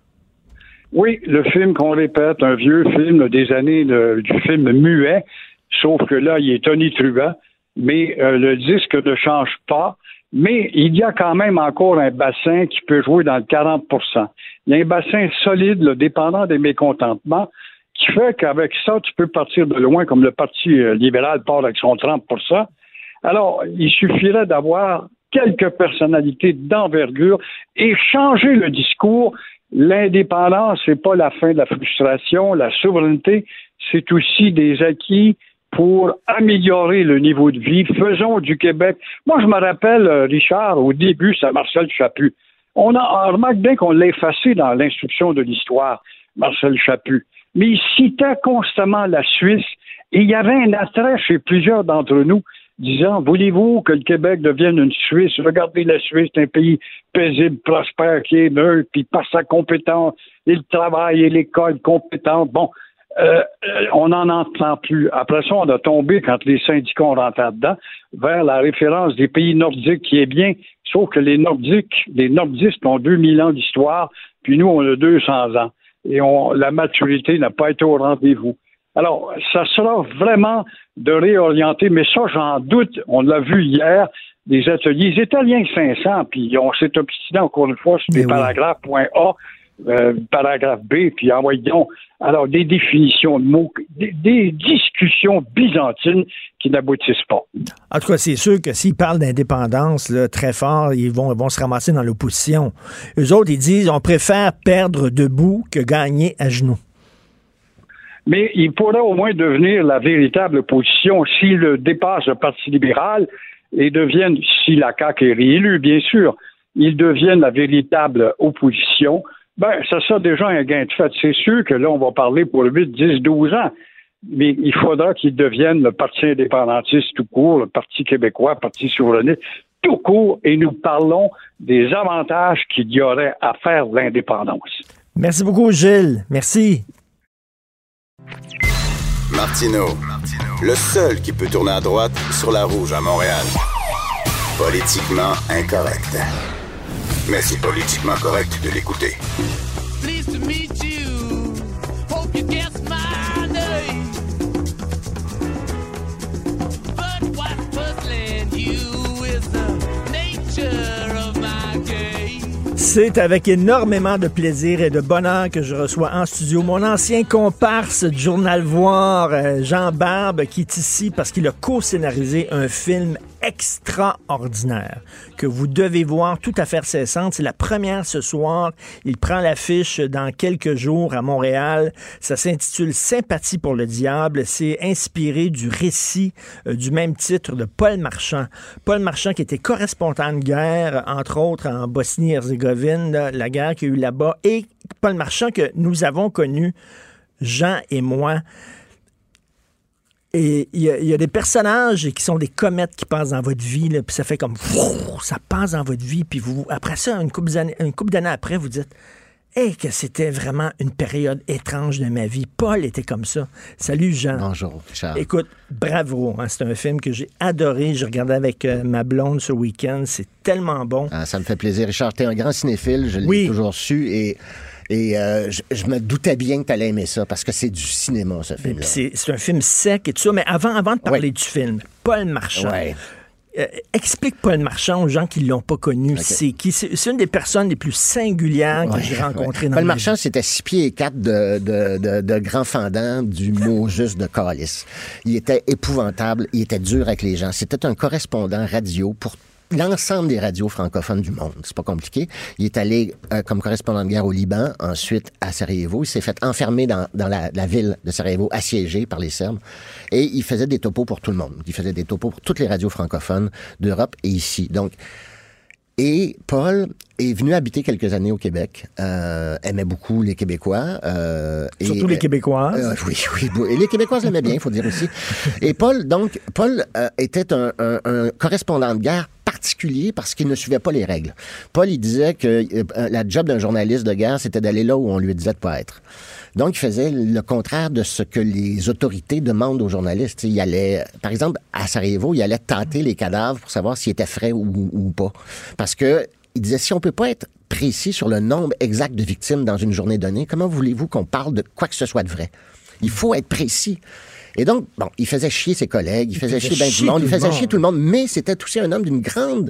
Oui, le film qu'on répète, un vieux film des années de, du film muet, sauf que là, il est tonitruant, mais euh, le disque ne change pas. Mais il y a quand même encore un bassin qui peut jouer dans le quarante pour cent. Il y a un bassin solide, là, dépendant des mécontentements, qui fait qu'avec ça, tu peux partir de loin, comme le Parti libéral part avec son trente pour cent. Alors, il suffirait d'avoir quelques personnalités d'envergure et changer le discours. L'indépendance, c'est pas la fin de la frustration. La souveraineté, c'est aussi des acquis pour améliorer le niveau de vie. Faisons du Québec. Moi, je me rappelle, Richard, au début, c'est Marcel Chaput. On a, on remarque bien qu'on l'a effacé dans l'instruction de l'histoire, Marcel Chaput. Mais il citait constamment la Suisse et il y avait un attrait chez plusieurs d'entre nous disant, voulez-vous que le Québec devienne une Suisse? Regardez la Suisse, c'est un pays paisible, prospère, qui est neutre, puis par sa compétence, et le travail et l'école compétente. Bon, Euh, on n'en entend plus. Après ça, on a tombé, quand les syndicats ont rentré dedans, vers la référence des pays nordiques qui est bien, sauf que les nordiques, les nordistes ont deux mille ans d'histoire, puis nous, on a deux cents ans. Et on, la maturité n'a pas été au rendez-vous. Alors, ça sera vraiment de réorienter, mais ça, j'en doute. On l'a vu hier, des ateliers. Ils étaient rien que cinq cents, puis on s'est obstiné encore une fois sur des oui. paragraphes point A, Euh, paragraphe B, puis envoyons alors des définitions de mots, des, des discussions byzantines qui n'aboutissent pas. En tout cas, c'est sûr que s'ils parlent d'indépendance là, très fort, ils vont, vont se ramasser dans l'opposition. Eux autres, ils disent on préfère perdre debout que gagner à genoux. Mais il pourrait au moins devenir la véritable opposition s'il dépasse le Parti libéral et deviennent, si la C A Q est réélue, bien sûr, ils deviennent la véritable opposition. Ben, ça sera déjà un gain de fait. C'est sûr que là, on va parler pour huit, dix, douze ans. Mais il faudra qu'ils deviennent le Parti indépendantiste tout court, le Parti québécois, le Parti souverainiste tout court, et nous parlons des avantages qu'il y aurait à faire l'indépendance. Merci beaucoup, Gilles. Merci. Martineau, le seul qui peut tourner à droite sur la rouge à Montréal. Politiquement incorrect. Mais c'est politiquement correct de l'écouter. Pleased to meet you. Hope you guess my name. But what's puzzling you is the nature of my game. C'est avec énormément de plaisir et de bonheur que je reçois en studio mon ancien comparse du Journal Voir, Jean Barbe, qui est ici parce qu'il a co-scénarisé un film extraordinaire que vous devez voir, Tout affaire cessante. C'est la première ce soir. Il prend l'affiche dans quelques jours à Montréal. Ça s'intitule Sympathie pour le diable. C'est inspiré du récit euh, du même titre de Paul Marchand. Paul Marchand qui était correspondant de guerre, entre autres en Bosnie-Herzégovine, là, la guerre qu'il y a eu là-bas. Et Paul Marchand que nous avons connu, Jean et moi. Et il y, y a des personnages qui sont des comètes qui passent dans votre vie, là, puis ça fait comme ça passe dans votre vie, puis vous après ça, une couple d'années, une couple d'années après, vous dites hey, que c'était vraiment une période étrange de ma vie. Paul était comme ça. Salut Jean. Bonjour, Richard. Écoute, bravo. Hein, c'est un film que j'ai adoré. Je regardais avec euh, ma blonde ce week-end. C'est tellement bon. Ah, ça me fait plaisir. Richard, t'es un grand cinéphile. Je l'ai oui. toujours su. Et Et euh, je, je me doutais bien que tu allais aimer ça, parce que c'est du cinéma, ce film-là. C'est, c'est un film sec et tout ça. Mais avant, avant de parler oui. du film, Paul Marchand, ouais. Euh, explique Paul Marchand aux gens qui ne l'ont pas connu. Okay. C'est qui? C'est, c'est une des personnes les plus singulières que ouais, j'ai rencontrées ouais. dans Paul ma Marchand, vie. c'était six pieds et quatre de, de, de, de grand fendant, du mot juste de calice. Il était épouvantable, il était dur avec les gens. C'était un correspondant radio pour l'ensemble des radios francophones du monde. C'est pas compliqué. Il est allé euh, comme correspondant de guerre au Liban, ensuite à Sarajevo. Il s'est fait enfermer dans, dans la, la ville de Sarajevo, assiégée par les Serbes. Et il faisait des topos pour tout le monde. Il faisait des topos pour toutes les radios francophones d'Europe et ici. Donc, et Paul est venu habiter quelques années au Québec, euh, aimait beaucoup les Québécois. Euh, Surtout et, les Québécoises. Euh, oui, oui, oui. Et les Québécoises l'aimaient bien, il faut dire aussi. Et Paul, donc, Paul euh, était un, un, un correspondant de guerre particulier parce qu'il ne suivait pas les règles. Paul, il disait que euh, la job d'un journaliste de guerre, c'était d'aller là où on lui disait de pas être. Donc, il faisait le contraire de ce que les autorités demandent aux journalistes. Il allait, par exemple, à Sarajevo, il allait tâter les cadavres pour savoir s'ils étaient frais ou, ou pas. Parce que il disait, si on peut pas être précis sur le nombre exact de victimes dans une journée donnée, comment voulez-vous qu'on parle de quoi que ce soit de vrai? Il faut être précis. Et donc, bon, il faisait chier ses collègues, il, il faisait, faisait chier, chier ben, du monde, il faisait monde. chier tout le monde, mais c'était aussi un homme d'une grande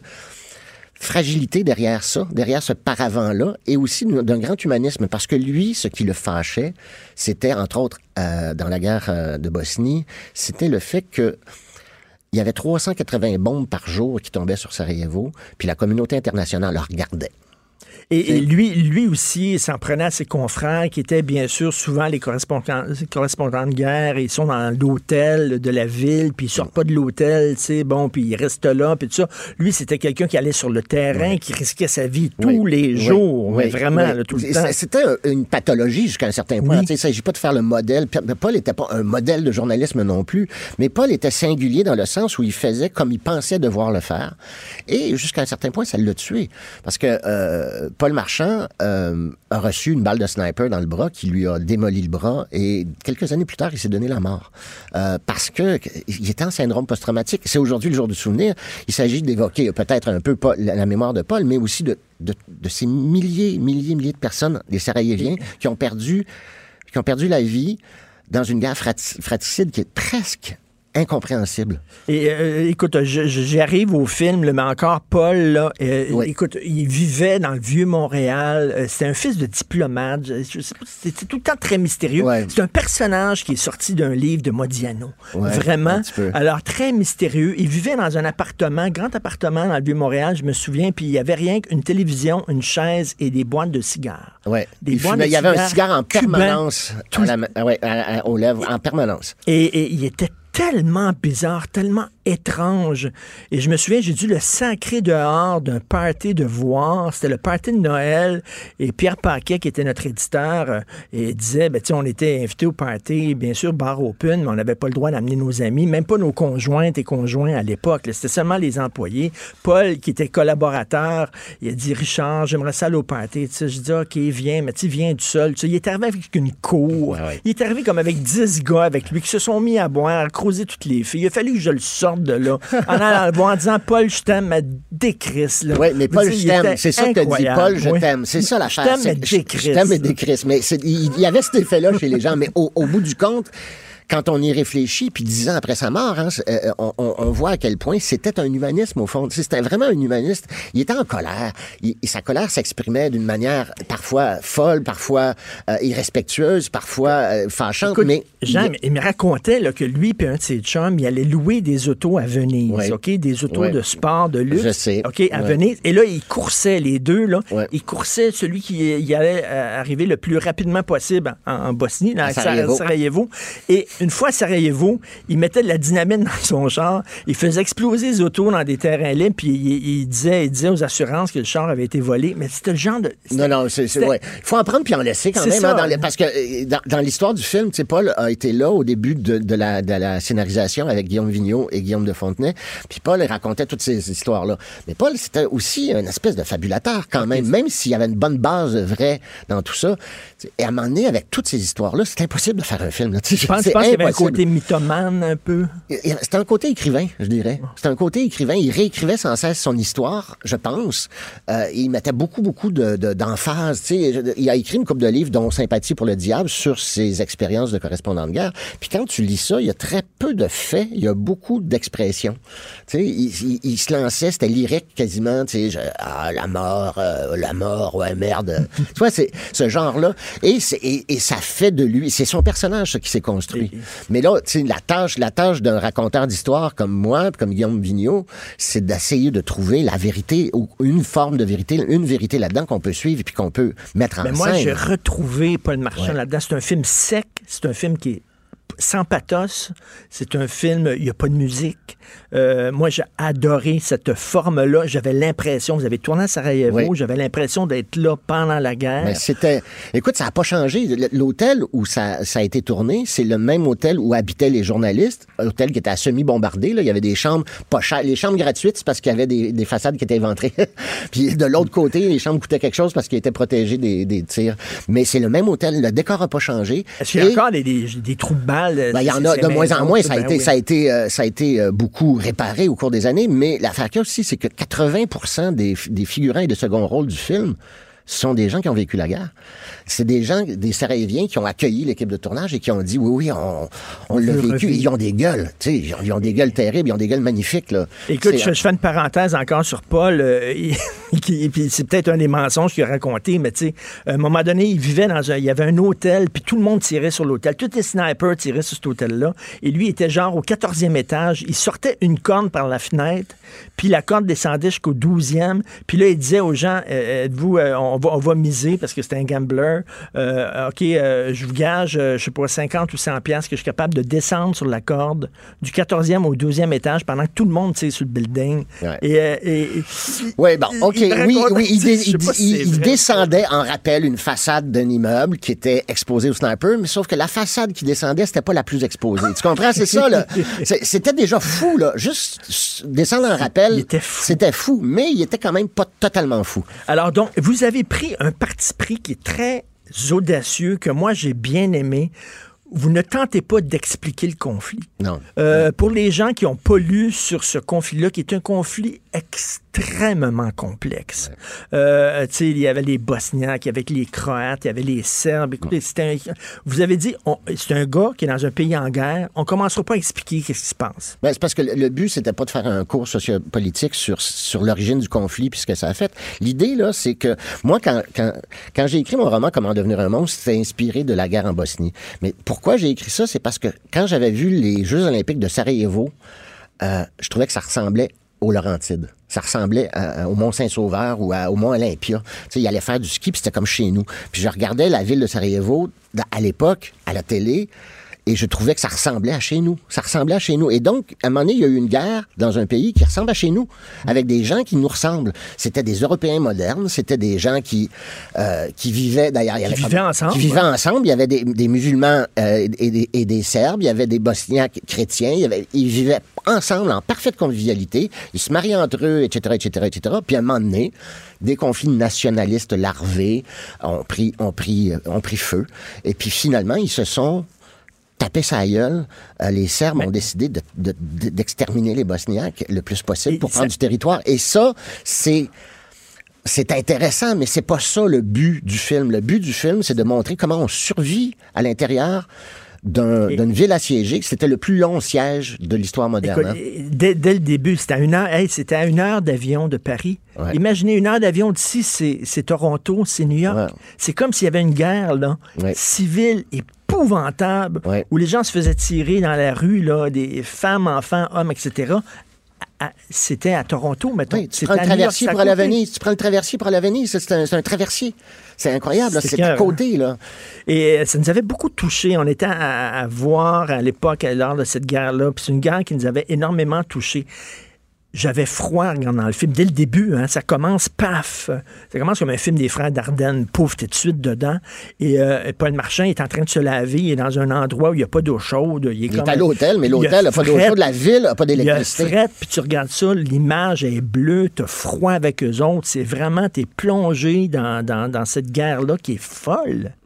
fragilité derrière ça, derrière ce paravent-là, et aussi d'un grand humanisme, parce que lui, ce qui le fâchait, c'était, entre autres, euh, dans la guerre euh, de Bosnie, c'était le fait que il y avait trois cent quatre-vingts bombes par jour qui tombaient sur Sarajevo, puis la communauté internationale le regardait. Et, et lui, lui aussi s'en prenait à ses confrères qui étaient bien sûr souvent les correspondants, correspondants de guerre. Ils sont dans l'hôtel de la ville, puis ils sortent pas de l'hôtel, tu sais, bon, puis ils restent là, puis tout ça. Lui, c'était quelqu'un qui allait sur le terrain, oui. qui risquait sa vie tous oui. les jours, oui. mais vraiment, oui. là, tout le temps. C'était une pathologie jusqu'à un certain point. Oui. Il ne s'agit pas de faire le modèle. Paul n'était pas un modèle de journalisme non plus, mais Paul était singulier dans le sens où il faisait comme il pensait devoir le faire. Et jusqu'à un certain point, ça l'a tué. Parce que euh, Paul Marchand euh, a reçu une balle de sniper dans le bras qui lui a démoli le bras et quelques années plus tard, il s'est donné la mort. Euh, parce que il était en syndrome post-traumatique. C'est aujourd'hui le jour du souvenir. Il s'agit d'évoquer peut-être un peu Paul, la mémoire de Paul, mais aussi de, de, de ces milliers, milliers, milliers de personnes, des Sarajeviens, qui ont perdu, qui ont perdu la vie dans une guerre fratricide qui est presque incompréhensible. Et euh, écoute, je, je, j'arrive au film, là, mais encore Paul, là, euh, oui. écoute, il vivait dans le vieux Montréal. Euh, c'était un fils de diplomate. Je, je sais pas, c'est, c'est tout le temps très mystérieux. Ouais. C'est un personnage qui est sorti d'un livre de Modiano. Ouais, vraiment. Alors, très mystérieux. Il vivait dans un appartement, grand appartement dans le vieux Montréal, je me souviens, puis il y avait rien qu'une télévision, une chaise et des boîtes de cigares. Ouais. Des il boîtes fumait, de il y avait un cigare en permanence à la, à, ouais, à, à, aux lèvres, en permanence. Et, et il était tellement bizarre, tellement étrange. Et je me souviens, j'ai dû le sacrer dehors d'un party de voir. C'était le party de Noël. Et Pierre Paquet, qui était notre éditeur, euh, et disait, ben, tu sais, on était invités au party, bien sûr, bar open, mais on n'avait pas le droit d'amener nos amis, même pas nos conjointes et conjoints à l'époque. Là, c'était seulement les employés. Paul, qui était collaborateur, il a dit, Richard, j'aimerais ça aller au party. Tu sais, je dis, OK, viens, mais tu viens du sol. Tu sais, il est arrivé avec une cour. Ouais, ouais. Il est arrivé comme avec dix gars avec lui qui se sont mis à boire, à croiser toutes les filles. Il a fallu que je le sorte de là, en allant le voir, en disant, Paul, je t'aime, mais décrisse. Oui, mais Paul, je t'aime. C'est ça que tu dit, Paul, je oui. t'aime. C'est ça l'affaire. Je t'aime, mais décrisse. Je t'aime, mais décrisse. Mais il y avait cet effet-là chez les gens, mais au, au bout du compte, quand on y réfléchit, puis dix ans après sa mort, hein, on, on, on voit à quel point c'était un humanisme, au fond. C'était vraiment un humaniste. Il était en colère. Il, et sa colère s'exprimait d'une manière parfois folle, parfois euh, irrespectueuse, parfois euh, fâchante. Écoute, mais Jean, il... il me racontait là, que lui et un de ses chums, il allait louer des autos à Venise, oui. OK? Des autos oui. de sport, de luxe. Je sais. OK, à oui. Venise. Et là, ils coursaient, les deux, là. Oui. Ils coursaient celui qui y allait euh, arriver le plus rapidement possible en, en Bosnie, dans à Sarajevo. Sarajevo. Et une fois à Sarajevo, il mettait de la dynamite dans son char, il faisait exploser les autos dans des terrains libres, puis il, il, disait, il disait aux assurances que le char avait été volé. Mais c'était le genre de... Non, non, c'est... c'est ouais. Il faut en prendre puis en laisser quand même. Hein, dans les, parce que dans, dans l'histoire du film, tu sais, Paul a été là au début de, de, la, de la scénarisation avec Guillaume Vigneault et Guillaume de Fontenay, puis Paul racontait toutes ces histoires-là. Mais Paul, c'était aussi une espèce de fabulateur quand même, même s'il y avait une bonne base vraie dans tout ça. Et à un moment donné, avec toutes ces histoires-là, c'est impossible de faire un film. Là. Je pense, je pense qu'il y avait un côté mythomane un peu? C'était un côté écrivain, je dirais. C'était un côté écrivain. Il réécrivait sans cesse son histoire, je pense. Euh, il mettait beaucoup, beaucoup de, de, d'emphase. Tu sais, il a écrit une couple de livres, dont Sympathie pour le diable, sur ses expériences de correspondant de guerre. Puis quand tu lis ça, il y a très peu de faits, il y a beaucoup d'expressions. Tu sais, il, il, il se lançait, c'était lyrique quasiment. Tu sais, je, ah, la mort, euh, la mort, ouais, merde. Tu vois, c'est ce genre-là. Et, c'est, et, et ça fait de lui, c'est son personnage, ça, qui s'est construit. Et... Mais là, tu sais, la tâche, la tâche d'un raconteur d'histoire comme moi, comme Guillaume Vigneault, c'est d'essayer de trouver la vérité, ou une forme de vérité, une vérité là-dedans qu'on peut suivre et puis qu'on peut mettre en Mais scène. Moi, j'ai retrouvé Paul Marchand ouais. là-dedans. C'est un film sec, c'est un film qui est sans pathos, c'est un film, il n'y a pas de musique. Euh, moi, j'ai adoré cette forme-là. J'avais l'impression, vous avez tourné à Sarajevo, oui. j'avais l'impression d'être là pendant la guerre. Mais c'était... Écoute, ça n'a pas changé. L'hôtel où ça, ça a été tourné, c'est le même hôtel où habitaient les journalistes. L'hôtel qui était à semi-bombardé. Là. Il y avait des chambres pas chères. Les chambres gratuites, c'est parce qu'il y avait des, des façades qui étaient éventrées. Puis de l'autre côté, les chambres coûtaient quelque chose parce qu'ils étaient protégés des, des tirs. Mais c'est le même hôtel. Le décor n'a pas changé. Est-ce qu'il y a Et... encore des, des, des trous de balles? Ben, il y en a de moins en moins. Ça a été, ça a été, euh, ça a été euh, beaucoup réparé au cours des années. Mais l'affaire qu'il y a aussi, c'est que quatre-vingts pour cent des, des figurants et de second rôle du film sont des gens qui ont vécu la guerre. C'est des gens, des Sarajeviens qui ont accueilli l'équipe de tournage et qui ont dit, oui, oui, on, on l'a vécu. Ils ont des gueules, tu sais, ils, ils ont des gueules terribles, ils ont des gueules magnifiques, là. Écoute, je, je fais une parenthèse encore sur Paul, euh, et puis c'est peut-être un des mensonges qu'il a raconté, mais tu sais, à un moment donné, il vivait dans un, il y avait un hôtel, puis tout le monde tirait sur l'hôtel. Tous les snipers tiraient sur cet hôtel-là, et lui était genre au quatorzième étage, il sortait une corne par la fenêtre, puis la corde descendait jusqu'au douzième, puis là, il disait aux gens, euh, êtes-vous, euh, on, va, on va miser, parce que c'était un gambler, euh, OK, euh, je vous gage, euh, je sais pas, cinquante ou cent piastres que je suis capable de descendre sur la corde du quatorzième au douzième étage pendant que tout le monde tire sur le building. Ouais. Et, euh, et, oui, bon, OK, il oui, oui, il, dé, il, si il, il descendait en rappel une façade d'un immeuble qui était exposée au sniper, mais sauf que la façade qui descendait, c'était pas la plus exposée. Tu comprends? C'est ça, là. C'était déjà fou, là. Juste descendre en rappel, c'était fou, mais il était quand même pas totalement fou. Alors, donc, vous avez pris un parti pris qui est très audacieux, que moi, j'ai bien aimé. Vous ne tentez pas d'expliquer le conflit. Non. Euh, pour les gens qui n'ont pas lu sur ce conflit-là, qui est un conflit extrêmement complexe. Ouais. Euh, tu sais, il y avait les Bosniaques, il y avait les Croates, il y avait les Serbes. Écoutez, c'était un, vous avez dit, on, c'est un gars qui est dans un pays en guerre. On ne commencera pas à expliquer qu'est-ce qui se passe. Ben, c'est parce que le but, c'était pas de faire un cours sociopolitique sur, sur l'origine du conflit puis ce que ça a fait. L'idée, là, c'est que moi, quand, quand, quand j'ai écrit mon roman « Comment devenir un monstre », c'était inspiré de la guerre en Bosnie. Mais pourquoi j'ai écrit ça? C'est parce que quand j'avais vu les Jeux olympiques de Sarajevo, euh, je trouvais que ça ressemblait aux Laurentides. Ça ressemblait à, à, au Mont-Saint-Sauveur ou à, au Mont-Olympia. Tu sais, il allait faire du ski, puis c'était comme chez nous. Puis je regardais la ville de Sarajevo, à l'époque, à la télé, et je trouvais que ça ressemblait à chez nous. Ça ressemblait à chez nous. Et donc, à un moment donné, il y a eu une guerre dans un pays qui ressemble à chez nous, avec des gens qui nous ressemblent. C'était des Européens modernes, c'était des gens qui euh, qui vivaient, d'ailleurs... Qui vivaient ensemble. Qui vivaient ouais. ensemble. Il y avait des, des musulmans euh, et, des, et des Serbes, il y avait des Bosniaques chrétiens, il y avait, ils vivaient ensemble en parfaite convivialité, ils se mariaient entre eux, et cetera, et cetera, et cetera. Puis à un moment donné, des conflits nationalistes larvés ont pris, ont pris, ont pris feu. Et puis finalement, ils se sont... taper sa gueule, euh, les Serbes Mais... ont décidé de, de, de, d'exterminer les Bosniaques le plus possible pour prendre ça... du territoire. Et ça, c'est... C'est intéressant, mais c'est pas ça le but du film. Le but du film, c'est de montrer comment on survit à l'intérieur d'un, Et... d'une ville assiégée. C'était le plus long siège de l'histoire moderne. Écoute, hein? dès, dès le début, c'était à une heure, hey, c'était à une heure d'avion de Paris. Ouais. Imaginez une heure d'avion d'ici, c'est, c'est Toronto, c'est New York. Ouais. C'est comme s'il y avait une guerre là, ouais. civile et épouvantable, ouais. où les gens se faisaient tirer dans la rue, là, des femmes, enfants, hommes, et cetera. À, c'était à Toronto, mettons. Oui, tu prends le traversier pour aller à Venise. Tu prends le traversier pour aller à Venise. C'est un, c'est un traversier. C'est incroyable. Là. C'est, c'est à côté, là. Et ça nous avait beaucoup touchés. On était à, à voir à l'époque, lors de cette guerre-là. Puis c'est une guerre qui nous avait énormément touchés. J'avais froid en regardant le film. Dès le début, hein, ça commence, paf! Ça commence comme un film des frères Dardenne. Pouf, t'es tout de suite dedans. Et euh, Paul Marchand est en train de se laver. Il est dans un endroit où il n'y a pas d'eau chaude. Il est, il est à l'hôtel, mais l'hôtel n'a pas d'eau chaude. La ville n'a pas d'électricité. Il y a fret, puis tu regardes ça, l'image est bleue, t'as froid avec eux autres. C'est vraiment, t'es plongé dans, dans, dans cette guerre-là qui est folle.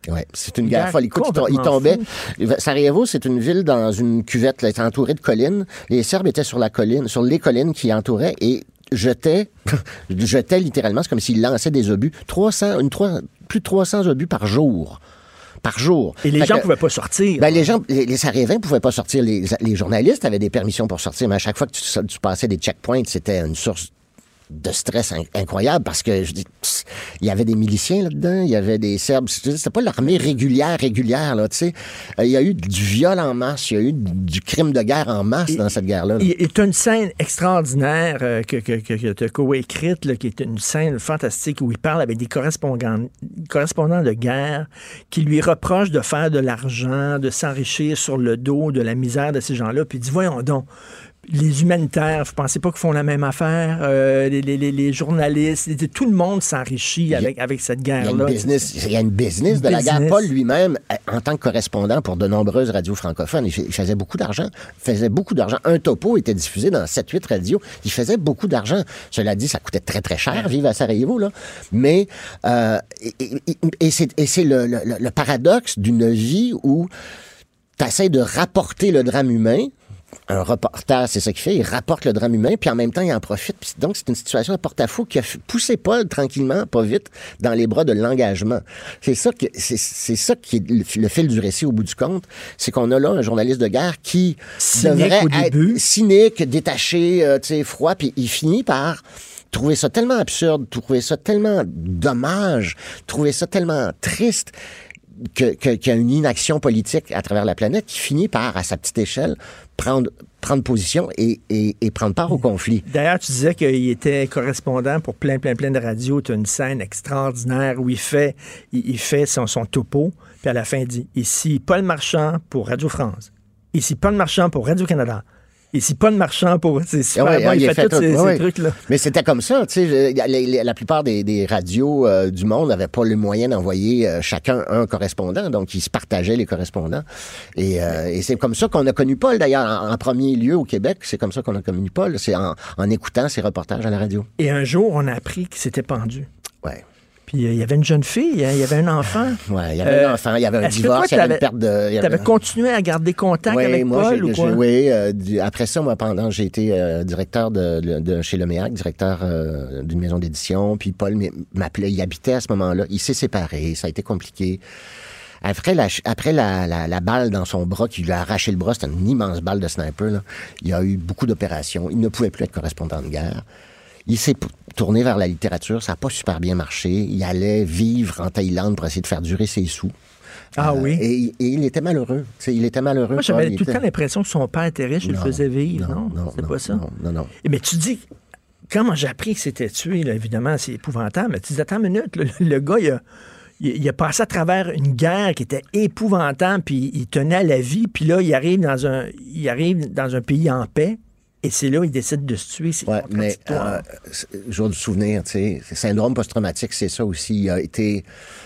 Oui, c'est une guerre folle. Écoute, ils tombaient. Sarajevo, c'est une ville dans une cuvette, là, entourée de collines. Les Serbes étaient sur la colline, sur les collines qui entouraient et jetaient, jetaient littéralement, c'est comme s'ils lançaient des obus. trois cents, une, trois, plus de trois cents obus par jour. Par jour. Et les fait gens ne que, pouvaient pas sortir. Ben, les gens, les, les Sarajeviens ne pouvaient pas sortir. Les, les journalistes avaient des permissions pour sortir, mais à chaque fois que tu, tu passais des checkpoints, c'était une source de stress incroyable parce que je dis, pss, il y avait des miliciens là-dedans, il y avait des Serbes, c'était pas l'armée régulière, régulière, là, tu sais. Euh, il y a eu du viol en masse, il y a eu du crime de guerre en masse et, dans cette guerre-là. Il y a une scène extraordinaire euh, que, que, que, que tu as co-écrite, là, qui est une scène fantastique où il parle avec des correspondants, correspondants de guerre qui lui reprochent de faire de l'argent, de s'enrichir sur le dos de la misère de ces gens-là, puis il dit, voyons donc, les humanitaires, vous pensez pas qu'ils font la même affaire? Euh, les, les, les journalistes, les, tout le monde s'enrichit avec, avec cette guerre-là. Il y a une business, il y a une business de la guerre. Paul lui-même, en tant que correspondant pour de nombreuses radios francophones, il faisait beaucoup d'argent. Il faisait beaucoup d'argent. Un topo était diffusé dans sept huit radios. Il faisait beaucoup d'argent. Cela dit, ça coûtait très, très cher vivre à Sarajevo, là. Mais, euh, et, et, et c'est, et c'est le, le, le paradoxe d'une vie où tu essaies de rapporter le drame humain. Un reporter, c'est ça qu'il fait, il rapporte le drame humain, puis en même temps, il en profite. Puis donc, c'est une situation à porte-à-faux qui a poussé Paul tranquillement, pas vite, dans les bras de l'engagement. C'est ça, que, c'est, c'est ça qui est le, le fil du récit au bout du compte. C'est qu'on a là un journaliste de guerre qui cynique devrait au être début. cynique, détaché, euh, tu sais, froid, puis il finit par trouver ça tellement absurde, trouver ça tellement dommage, trouver ça tellement triste, que, que, qu'il y a une inaction politique à travers la planète qui finit par, à sa petite échelle, prendre, prendre position et, et, et prendre part au conflit. D'ailleurs, tu disais qu'il était correspondant pour plein, plein, plein de radios. Tu as une scène extraordinaire où il fait, il, il fait son, son topo, puis à la fin, il dit, ici, Paul Marchand pour Radio France. Ici, Paul Marchand pour Radio-Canada. Ici, Paul Marchand pour... C'est super ouais, bon, il, il fait, fait tous ces, ouais. ces trucs-là. Mais c'était comme ça, tu sais. La plupart des, des radios euh, du monde n'avaient pas le moyen d'envoyer euh, chacun un correspondant, donc ils se partageaient les correspondants. Et, euh, et c'est comme ça qu'on a connu Paul, d'ailleurs, en, en premier lieu au Québec. C'est comme ça qu'on a connu Paul, c'est en, en écoutant ses reportages à la radio. Et un jour, on a appris qu'il s'était pendu. Ouais. Puis il euh, y avait une jeune fille, il y avait un enfant. Oui, il y avait euh, un enfant, il y avait un divorce, il y avait une perte de... Tu avais continué à garder contact ouais, avec moi, Paul j'ai, ou quoi? Oui, euh, après ça, moi, pendant, j'ai été euh, directeur de, de, de chez Le Méac, directeur euh, d'une maison d'édition, puis Paul m'appelait, il habitait à ce moment-là, il s'est séparé, ça a été compliqué. Après, la, après la, la, la balle dans son bras, qui lui a arraché le bras, c'était une immense balle de sniper, là. Il y a eu beaucoup d'opérations, il ne pouvait plus être correspondant de guerre. Il s'est tourné vers la littérature, ça n'a pas super bien marché. Il allait vivre en Thaïlande pour essayer de faire durer ses sous. Ah euh, oui? Et, et il était malheureux. T'sais, il était malheureux. Moi, j'avais Paul, tout le était... temps l'impression que son père était riche, il le faisait vivre, non? non? C'est non, pas ça? Non, non, non. Mais tu dis, comment j'ai appris qu'il s'était tué, là, évidemment, c'est épouvantable, mais tu dis, attends une minute, le, le gars, il a, il a passé à travers une guerre qui était épouvantable, puis il tenait à la vie, puis là, il arrive dans un, il arrive dans un pays en paix. Et c'est là où il décide de se tuer. C'est ouais, mais euh, jour du souvenir, tu sais, syndrome post-traumatique, c'est ça aussi. Il a été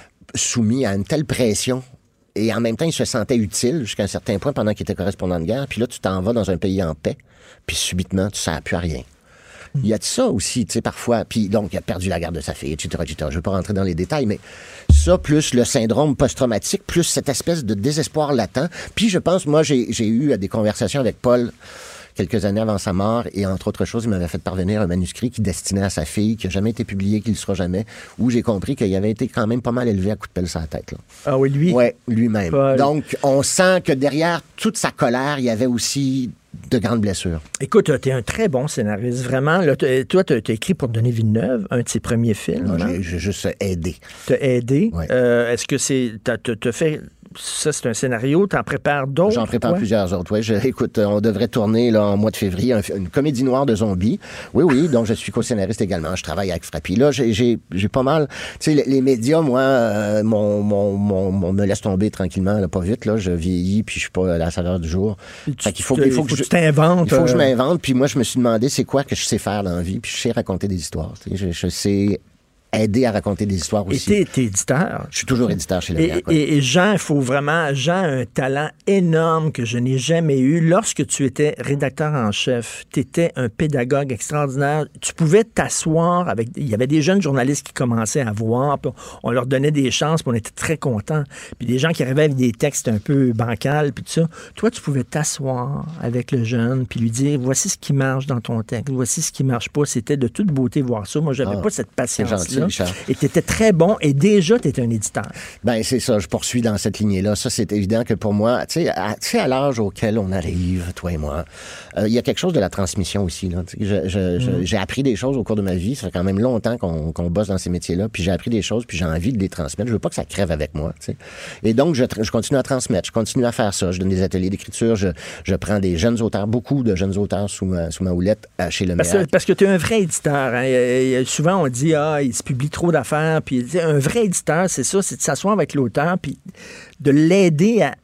soumis à une telle pression et en même temps, il se sentait utile jusqu'à un certain point pendant qu'il était correspondant de guerre. Puis là, tu t'en vas dans un pays en paix, puis subitement, tu ne sers plus à rien. Il y a de ça aussi, tu sais, parfois. Puis donc, il a perdu la garde de sa fille, et cetera, et cetera. Je ne veux pas rentrer dans les détails, mais ça, plus le syndrome post-traumatique, plus cette espèce de désespoir latent. Puis je pense, moi, j'ai, j'ai eu des conversations avec Paul quelques années avant sa mort, et entre autres choses, il m'avait fait parvenir un manuscrit qui destinait à sa fille, qui n'a jamais été publié, qui ne le sera jamais, où j'ai compris qu'il avait été quand même pas mal élevé à coups de pelle sur la tête. Là. Ah oui, lui? Oui, lui-même. Paul. Donc, on sent que derrière toute sa colère, il y avait aussi de grandes blessures. Écoute, tu es un très bon scénariste, vraiment. Là, toi, tu as écrit pour Denis Villeneuve, un de ses premiers films. Non, j'ai, j'ai juste aidé. Tu as aidé. Ouais. Euh, est-ce que c'est... Tu as fait... Ça, c'est un scénario. Tu en prépares d'autres? J'en prépare ouais? plusieurs autres, oui. Écoute, on devrait tourner là, en mois de février un, une comédie noire de zombies. Oui, oui, donc je suis co-scénariste également. Je travaille avec Frappy. Là, j'ai, j'ai, j'ai pas mal... Tu sais, les, les médias, moi, euh, mon, mon, mon, mon, me laisse tomber tranquillement, là, pas vite. Là, je vieillis, puis je suis pas à la saveur du jour. Fait qu'il faut, te, il faut, faut que, que je, tu t'inventes. Il faut euh... que je m'invente. Puis moi, je me suis demandé c'est quoi que je sais faire dans la vie. Puis je sais raconter des histoires. Tu sais, je, je sais aider à raconter des histoires aussi. Et t'es éditeur. Je suis toujours éditeur chez Le Gag. Et, et, et Jean, il faut vraiment... Jean a un talent énorme que je n'ai jamais eu. Lorsque tu étais rédacteur en chef, tu étais un pédagogue extraordinaire. Tu pouvais t'asseoir avec... Il y avait des jeunes journalistes qui commençaient à voir, puis on leur donnait des chances, puis on était très contents. Puis des gens qui arrivaient avec des textes un peu bancals, puis tout ça. Toi, tu pouvais t'asseoir avec le jeune, puis lui dire, voici ce qui marche dans ton texte, voici ce qui marche pas. C'était de toute beauté voir ça. Moi, j'avais ah, pas cette patience-là. Gentil, et tu étais très bon, et déjà, tu étais un éditeur. Ben c'est ça, je poursuis dans cette lignée-là. Ça, c'est évident que pour moi, tu sais, à, à l'âge auquel on arrive, toi et moi, il euh, y a quelque chose de la transmission aussi. Là. Je, je, je, mm. J'ai appris des choses au cours de ma vie. Ça fait quand même longtemps qu'on, qu'on bosse dans ces métiers-là, puis j'ai appris des choses, puis j'ai envie de les transmettre. Je veux pas que ça crève avec moi. T'sais. Et donc, je, je continue à transmettre, je continue à faire ça. Je donne des ateliers d'écriture, je, je prends des jeunes auteurs, beaucoup de jeunes auteurs sous ma, sous ma houlette euh, chez Le Parce, parce que tu es un vrai éditeur. Hein. Et, et, souvent, on dit, ah, il se publie trop d'affaires, puis un vrai éditeur, c'est ça, c'est de s'asseoir avec l'auteur puis de l'aider à,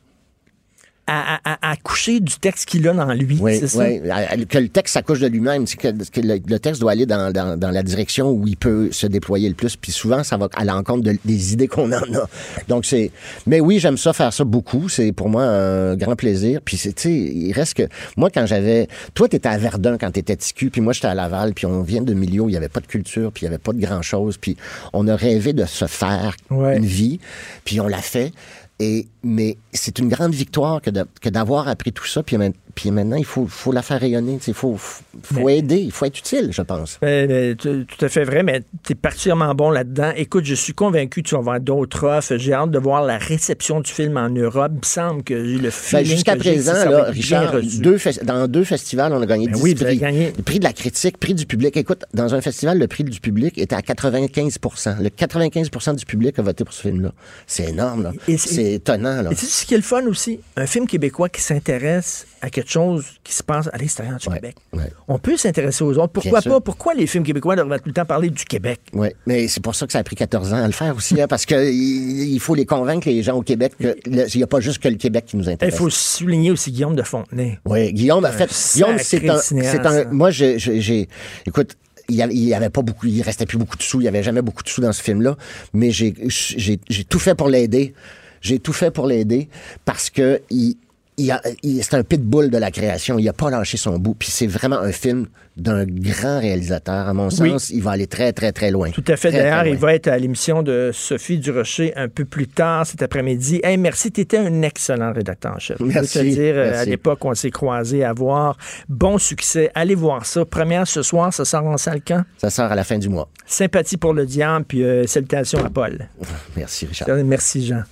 à, à, à accoucher du texte qu'il a dans lui, oui, c'est oui. ça? Que le texte s'accouche de lui-même, c'est que, que le, le texte doit aller dans, dans, dans la direction où il peut se déployer le plus, puis souvent, ça va à l'encontre de, des idées qu'on en a. Donc, c'est... Mais oui, j'aime ça, faire ça beaucoup. C'est pour moi un grand plaisir. Puis, tu sais, il reste que... Moi, quand j'avais... Toi, t'étais à Verdun quand t'étais T Q, puis moi, j'étais à Laval, puis on vient de milieux où il n'y avait pas de culture, puis il n'y avait pas de grand-chose, puis on a rêvé de se faire ouais. une vie, puis on l'a fait. Et, mais c'est une grande victoire que, de, que d'avoir appris tout ça, puis, puis maintenant, il faut, faut la faire rayonner. Il faut, faut mais, aider, il faut être utile, je pense. Euh, tout à fait vrai, mais tu es particulièrement bon là-dedans. Écoute, je suis convaincu que tu vas avoir d'autres offres. J'ai hâte de voir la réception du film en Europe. Il me semble que le film. Ben, jusqu'à présent, là, Richard, deux fe- dans deux festivals, on a gagné ben dix oui, prix. Gagné. Le prix de la critique, prix du public. Écoute, dans un festival, le prix du public était à quatre-vingt-quinze pour cent. Le quatre-vingt-quinze pour cent du public a voté pour ce film-là. C'est énorme, là. Et c'est, c'est étonnant, là. Et tu sais ce qui est le fun aussi? Un film québécois qui s'intéresse à quelque chose qui se passe à l'extérieur du ouais, Québec. Ouais. On peut s'intéresser aux autres. Pourquoi pas? Pourquoi les films québécois devraient tout le temps parler du Québec? Oui, mais c'est pour ça que ça a pris quatorze ans à le faire aussi, hein, parce qu'il il faut les convaincre, les gens au Québec, qu'il n'y a pas juste que le Québec qui nous intéresse. Il faut souligner aussi Guillaume de Fontenay. Oui, Guillaume a fait... Guillaume, c'est un, c'est un... Moi, j'ai, j'ai... Écoute... Il y, avait, il y avait pas beaucoup, il restait plus beaucoup de sous, il y avait jamais beaucoup de sous dans ce film-là, mais j'ai, j'ai, j'ai tout fait pour l'aider. J'ai tout fait pour l'aider parce que il, il a, il, c'est un pitbull de la création. Il a pas lâché son bout. Puis c'est vraiment un film d'un grand réalisateur. À mon sens, oui. Il va aller très, très, très loin. Tout à fait. Très, D'ailleurs, très il va être à l'émission de Sophie Durocher un peu plus tard cet après-midi. Hey, merci, tu étais un excellent rédacteur en chef. Merci. Je veux te dire, merci. À l'époque, on s'est croisés à voir. Bon succès. Allez voir ça. Première ce soir, ça sort en salle quand? Ça sort à la fin du mois. Sympathie pour le diable, puis euh, salutations à Paul. Merci, Richard. Merci, Jean.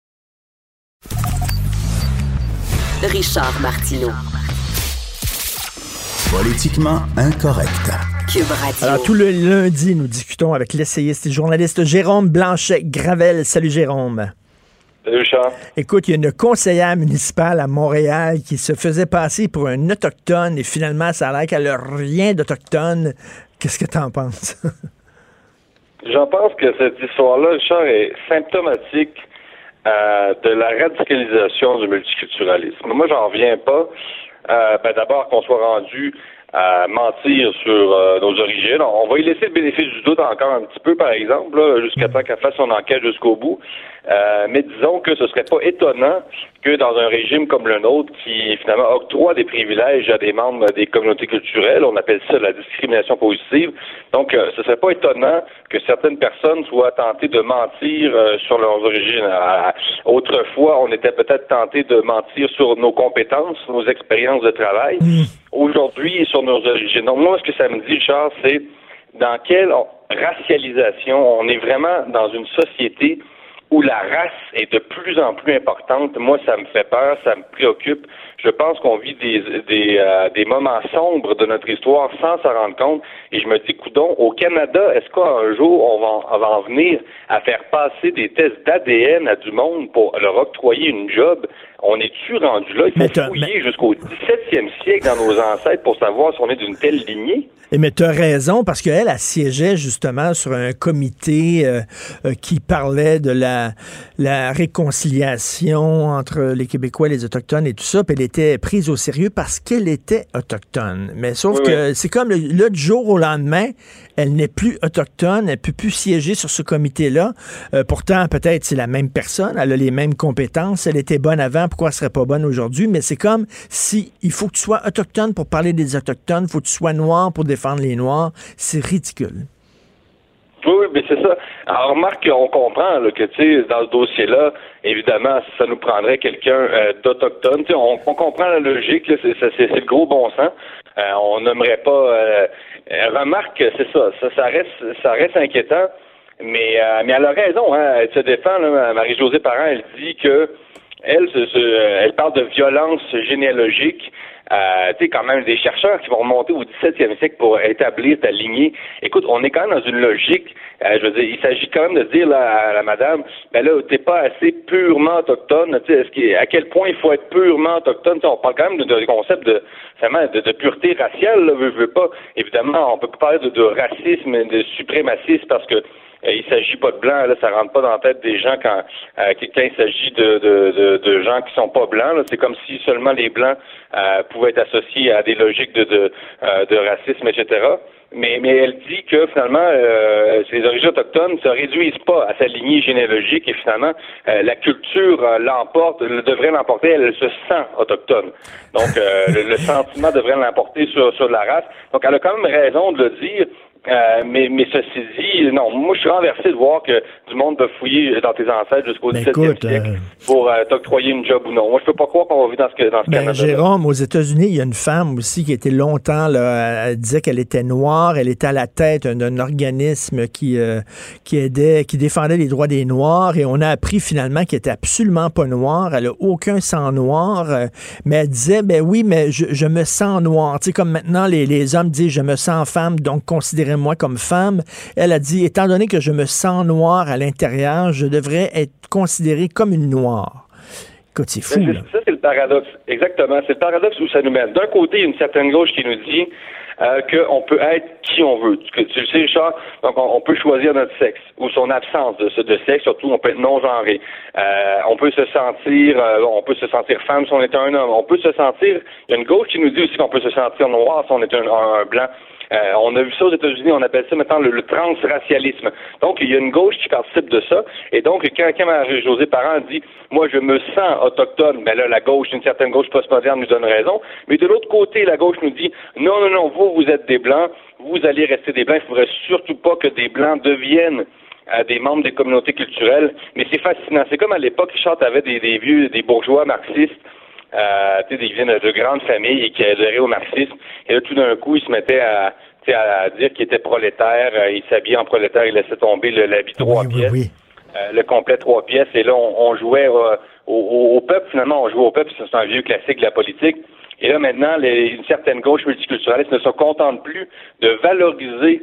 Richard Martineau. Politiquement incorrect. Cube Radio. Alors, tout le lundi, nous discutons avec l'essayiste et journaliste Jérôme Blanchet-Gravel. Salut, Jérôme. Salut, Richard. Écoute, il y a une conseillère municipale à Montréal qui se faisait passer pour un autochtone et finalement, ça a l'air qu'elle n'a rien d'autochtone. Qu'est-ce que tu en penses? J'en pense que cette histoire-là, Richard, est symptomatique Euh, de la radicalisation du multiculturalisme. Moi, j'en reviens pas. Euh, ben, d'abord, qu'on soit rendu à mentir sur euh, nos origines. On va y laisser le bénéfice du doute encore un petit peu, par exemple, là, jusqu'à temps qu'elle fasse son enquête jusqu'au bout. Euh, mais disons que ce serait pas étonnant que dans un régime comme le nôtre, qui finalement octroie des privilèges à des membres des communautés culturelles, on appelle ça la discrimination positive, donc euh, ce serait pas étonnant que certaines personnes soient tentées de mentir euh, sur leurs origines. Euh, autrefois, on était peut-être tentés de mentir sur nos compétences, nos expériences de travail. Aujourd'hui, sur nos origines. Donc moi, ce que ça me dit, Charles, c'est dans quelle racialisation on est vraiment dans une société où la race est de plus en plus importante. Moi, ça me fait peur, ça me préoccupe. Je pense qu'on vit des des, euh, des moments sombres de notre histoire sans s'en rendre compte. Et je me dis, coudonc, au Canada, est-ce qu'un jour, on va, on va en venir à faire passer des tests d'A D N à du monde pour leur octroyer une job? On est-tu rendu là? Il faut fouiller mais... jusqu'au dix-septième siècle dans nos ancêtres pour savoir si on est d'une telle lignée. Et mais tu as raison, parce qu'elle, elle siégeait justement sur un comité euh, euh, qui parlait de la, la réconciliation entre les Québécois et les Autochtones et tout ça, puis elle était prise au sérieux parce qu'elle était autochtone. Mais sauf oui, que oui. c'est comme le, là, du jour au lendemain, elle n'est plus autochtone, elle ne peut plus siéger sur ce comité-là. Euh, pourtant, peut-être c'est la même personne, elle a les mêmes compétences, elle était bonne avant, pourquoi elle ne serait pas bonne aujourd'hui? Mais c'est comme si il faut que tu sois autochtone pour parler des Autochtones, il faut que tu sois noir pour défendre les Noirs. C'est ridicule. Oui, oui, mais c'est ça. Alors, remarque, on comprend là, que, tu sais, dans ce dossier-là, évidemment, ça nous prendrait quelqu'un euh, d'autochtone. Tu sais, on, on comprend la logique, là, c'est, c'est, c'est le gros bon sens. Euh, on n'aimerait pas... Euh, remarque, c'est ça, ça, ça reste, ça reste inquiétant, mais, euh, mais elle a raison, hein, elle se défend, là, Marie-Josée Parent, elle dit que elle, se, se, elle parle de violence généalogique. Euh, tu sais, quand même, des chercheurs qui vont remonter au dix-septième siècle pour établir ta lignée. Écoute, on est quand même dans une logique, euh, je veux dire, il s'agit quand même de dire là, à la madame, ben là, t'es pas assez purement autochtone, tu sais, est-ce qu'il, à quel point il faut être purement autochtone, t'sais, on parle quand même de, de, de concept de, vraiment, de, de pureté raciale, là, veut, veut pas. Évidemment, on peut pas parler de, de racisme, de suprémacisme, parce que Euh, il s'agit pas de blancs, là, ça rentre pas dans la tête des gens quand, euh, quand il s'agit de, de, de, de gens qui sont pas blancs. Là. C'est comme si seulement les blancs euh, pouvaient être associés à des logiques de, de, euh, de racisme, et cetera. Mais, mais elle dit que finalement, euh, les origines autochtones ne se réduisent pas à sa lignée généalogique et finalement, euh, la culture euh, l'emporte, devrait l'emporter, elle, elle se sent autochtone. Donc, euh, le, le sentiment devrait l'emporter sur, sur la race. Donc, elle a quand même raison de le dire. Euh, mais, mais ceci dit, non, moi je suis renversé de voir que du monde peut fouiller dans tes ancêtres jusqu'au dix-septième siècle euh... pour euh, t'octroyer une job ou non. Moi je peux pas croire qu'on va vivre dans ce, dans ce ben, Canada. Jérôme, aux États-Unis, il y a une femme aussi qui était longtemps, là, elle disait qu'elle était noire, elle était à la tête d'un organisme qui, euh, qui aidait, qui défendait les droits des Noirs et on a appris finalement qu'elle était absolument pas noire, elle a aucun sang noir, euh, mais elle disait, ben oui, mais je, je me sens noire. Tu sais, comme maintenant les, les hommes disent, je me sens femme, donc considérez moi comme femme. Elle a dit, étant donné que je me sens noire à l'intérieur, je devrais être considérée comme une noire. Écoute, c'est fou. C'est, ça, c'est le paradoxe. Exactement. C'est le paradoxe où ça nous mène. D'un côté, il y a une certaine gauche qui nous dit euh, qu'on peut être qui on veut. Tu, tu le sais, Richard, donc on, on peut choisir notre sexe ou son absence de, de sexe, surtout on peut être non-genré. Euh, on peut se sentir euh, on peut se sentir femme si on est un homme. On peut se sentir... Il y a une gauche qui nous dit aussi qu'on peut se sentir noir si on est un, un, un blanc. Euh, on a vu ça aux États-Unis, on appelle ça maintenant le, le transracialisme. Donc, il y a une gauche qui participe de ça. Et donc, quand, quand Marie-Josée Parent dit « Moi, je me sens autochtone », ben là, la gauche, une certaine gauche postmoderne nous donne raison. Mais de l'autre côté, la gauche nous dit « Non, non, non, vous, vous êtes des Blancs, vous allez rester des Blancs, il ne faudrait surtout pas que des Blancs deviennent à des membres des communautés culturelles. » Mais c'est fascinant. C'est comme à l'époque, Richard, avait des, des vieux, des bourgeois marxistes, Euh, tu sais, ils viennent de grandes familles et qui adhéraient au marxisme. Et là, tout d'un coup, ils se mettaient à, à dire qu'ils étaient prolétaires. Euh, ils s'habillaient en prolétaires, ils laissaient tomber le, l'habit trois oui, pièces. Oui, oui. Euh, le complet trois pièces. Et là, on, on jouait euh, au, au peuple, finalement, on jouait au peuple. C'est un vieux classique de la politique. Et là, maintenant, les, une certaine gauche multiculturaliste ne se contente plus de valoriser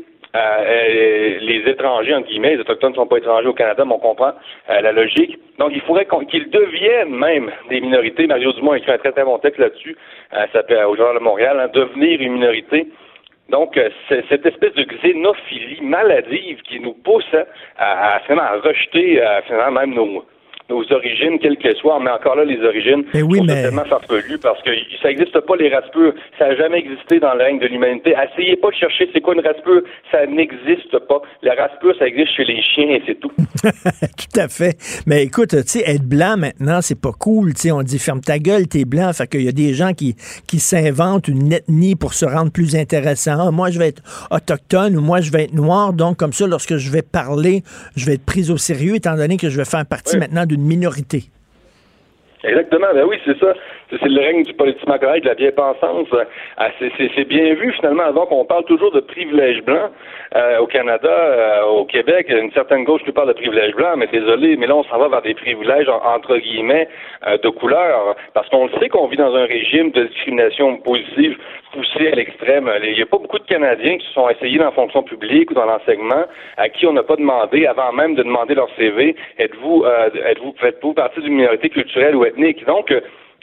Euh, les étrangers, entre guillemets, les Autochtones ne sont pas étrangers au Canada, mais on comprend euh, la logique. Donc, il faudrait qu'on, qu'ils deviennent même des minorités. Mario Dumont a écrit un très, très bon texte là-dessus, euh, ça s'appelle au Journal de Montréal, hein, devenir une minorité. Donc, euh, c'est cette espèce de xénophilie maladive qui nous pousse à, à, à, finalement, à rejeter euh, finalement même nos... nos origines, quelles qu'elles soient, on met encore là les origines. Mais oui, mais... C'est tellement farfelu parce que ça n'existe pas, les races pures. Ça n'a jamais existé dans le règne de l'humanité. Essayez pas de chercher c'est quoi une race pure. Ça n'existe pas. La race pure, ça existe chez les chiens et c'est tout. Tout à fait. Mais écoute, tu sais, être blanc maintenant, c'est pas cool. Tu sais, on dit ferme ta gueule, t'es blanc. Fait qu'il y a des gens qui, qui s'inventent une ethnie pour se rendre plus intéressant. Ah, moi, je vais être autochtone ou moi, je vais être noir. Donc, comme ça, lorsque je vais parler, je vais être prise au sérieux, étant donné que je vais faire partie oui. maintenant d'une minorité. Exactement, ben oui, c'est ça. C'est, c'est le règne du politiquement correct, de la bien-pensance. Ah, c'est, c'est, c'est bien vu, finalement. Donc, on parle toujours de privilèges blancs euh, au Canada, euh, au Québec. Une certaine gauche nous parle de privilèges blancs, mais désolé, mais là, on s'en va vers des privilèges, entre guillemets, euh, de couleur. Parce qu'on le sait qu'on vit dans un régime de discrimination positive poussé à l'extrême. Il n'y a pas beaucoup de Canadiens qui se sont essayés dans la fonction publique ou dans l'enseignement, à qui on n'a pas demandé, avant même de demander leur C V, êtes-vous, euh, êtes-vous, faites-vous partie d'une minorité culturelle ou ethnique? Donc,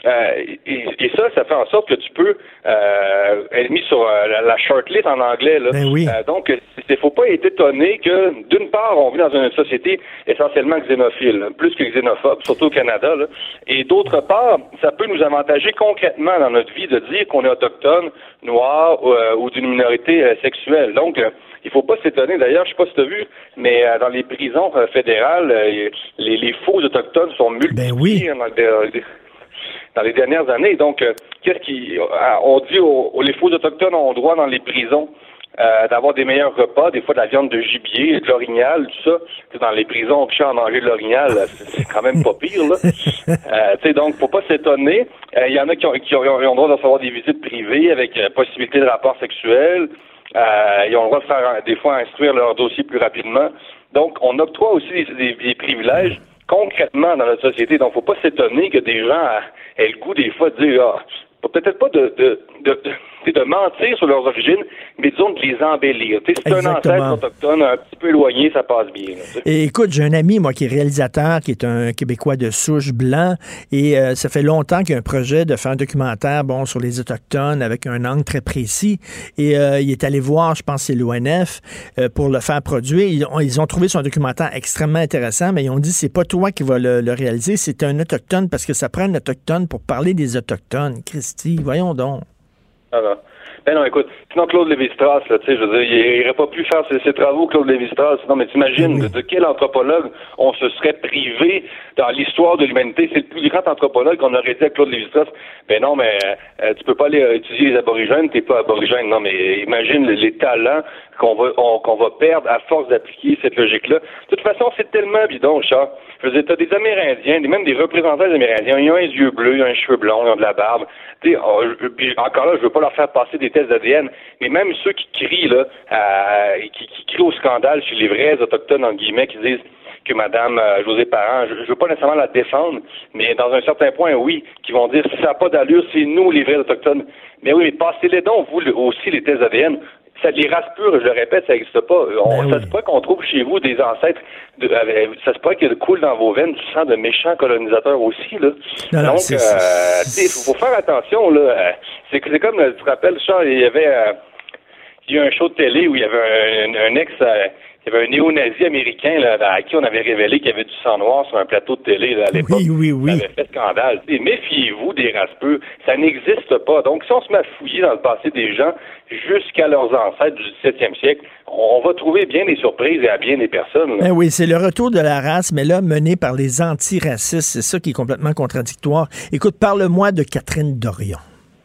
Euh, et, et ça, ça fait en sorte que tu peux euh, être mis sur euh, la, la shortlist en anglais. Là. Ben oui. Euh, donc, il faut pas être étonné que, d'une part, on vit dans une société essentiellement xénophile, là, plus que xénophobe, surtout au Canada. Là. Et d'autre part, ça peut nous avantager concrètement dans notre vie de dire qu'on est autochtone, noir euh, ou d'une minorité euh, sexuelle. Donc, euh, il faut pas s'étonner. D'ailleurs, je sais pas si tu as vu, mais euh, dans les prisons euh, fédérales, euh, les, les faux autochtones sont multipliés. Ben oui. Dans les, dans les dernières années. Donc, euh, qu'est-ce qui... On dit aux, aux les faux autochtones ont droit dans les prisons euh, d'avoir des meilleurs repas, des fois de la viande de gibier, de l'orignal, tout ça. T'sais, dans les prisons, on à manger de l'orignal, c'est, c'est quand même pas pire, là. Euh, t'sais, donc, faut pas s'étonner. Il euh, y en a qui ont, qui ont, ont le droit de recevoir des visites privées avec euh, possibilité de rapport sexuel. Euh, ils ont le droit de faire, des fois, instruire leur dossier plus rapidement. Donc, on octroie aussi des, des, des privilèges concrètement dans notre société. Donc, faut pas s'étonner que des gens aient le goût, des fois, de dire, ah, peut-être pas de, de, de, de, de mentir sur leurs origines, mais disons de les embellir. T'sais, si c'est un ancêtre autochtone un petit peu éloigné, ça passe bien. Là, et écoute, j'ai un ami, moi, qui est réalisateur, qui est un Québécois de souche blanc, et euh, ça fait longtemps qu'il y a un projet de faire un documentaire, bon, sur les Autochtones, avec un angle très précis, et euh, il est allé voir, je pense, c'est l'O N F, euh, pour le faire produire. Ils ont, ils ont trouvé son documentaire extrêmement intéressant, mais ils ont dit, c'est pas toi qui vas le, le réaliser, c'est un Autochtone, parce que ça prend un Autochtone pour parler des Autochtones. Christy, voyons donc. Ah non. Ben non, écoute, sinon Claude Lévi-Strauss, là, tu sais, je veux dire, il n'aurait pas pu faire ses, ses travaux, Claude Lévi-Strauss. Non, mais t'imagines, oui. de, de quel anthropologue on se serait privé dans l'histoire de l'humanité? C'est le plus grand anthropologue qu'on aurait dit à Claude Lévi-Strauss. Ben non, mais euh, tu peux pas aller euh, étudier les aborigènes, t'es pas aborigène. Non, mais imagine les, les talents qu'on va on, qu'on va perdre à force d'appliquer cette logique-là. De toute façon, c'est tellement bidon, Richard. Je veux dire, t'as des Amérindiens, même des représentants des Amérindiens, ils ont un yeux bleu, ils ont un cheveu blond, ils ont de la barbe. Tu sais, oh, encore là, je veux pas leur faire passer des tests d'A D N, mais même ceux qui crient, là, euh, qui, qui crient au scandale chez les vrais autochtones, en guillemets, qui disent que Mme euh, Josée Parent, je, je veux pas nécessairement la défendre, mais dans un certain point, oui, qui vont dire, si ça n'a pas d'allure, c'est nous, les vrais autochtones. Mais oui, mais passez-les donc, vous le, aussi, les tests d'A D N. Ça, les races pures, je le répète, ça n'existe pas. On, ben ça oui. se pourrait qu'on trouve chez vous des ancêtres, de, euh, ça se pourrait qu'il coule dans vos veines du sang de méchants colonisateurs aussi, là. Non, non, donc, il euh, faut faire attention, là. C'est, c'est comme, tu te rappelles, Charles, il y avait, euh, il y a eu un show de télé où il y avait un, un, un ex, euh, il y avait un néo-nazi américain, là, à qui on avait révélé qu'il y avait du sang noir sur un plateau de télé, là, à l'époque. Oui, oui, oui. Ça avait fait scandale. T'sais, méfiez-vous des races pures. Ça n'existe pas. Donc, si on se met à fouiller dans le passé des gens, jusqu'à leurs ancêtres du dix-septième siècle, on va trouver bien des surprises et à bien des personnes. Ben oui, c'est le retour de la race, mais là, mené par les antiracistes. C'est ça qui est complètement contradictoire. Écoute, parle-moi de Catherine Dorion.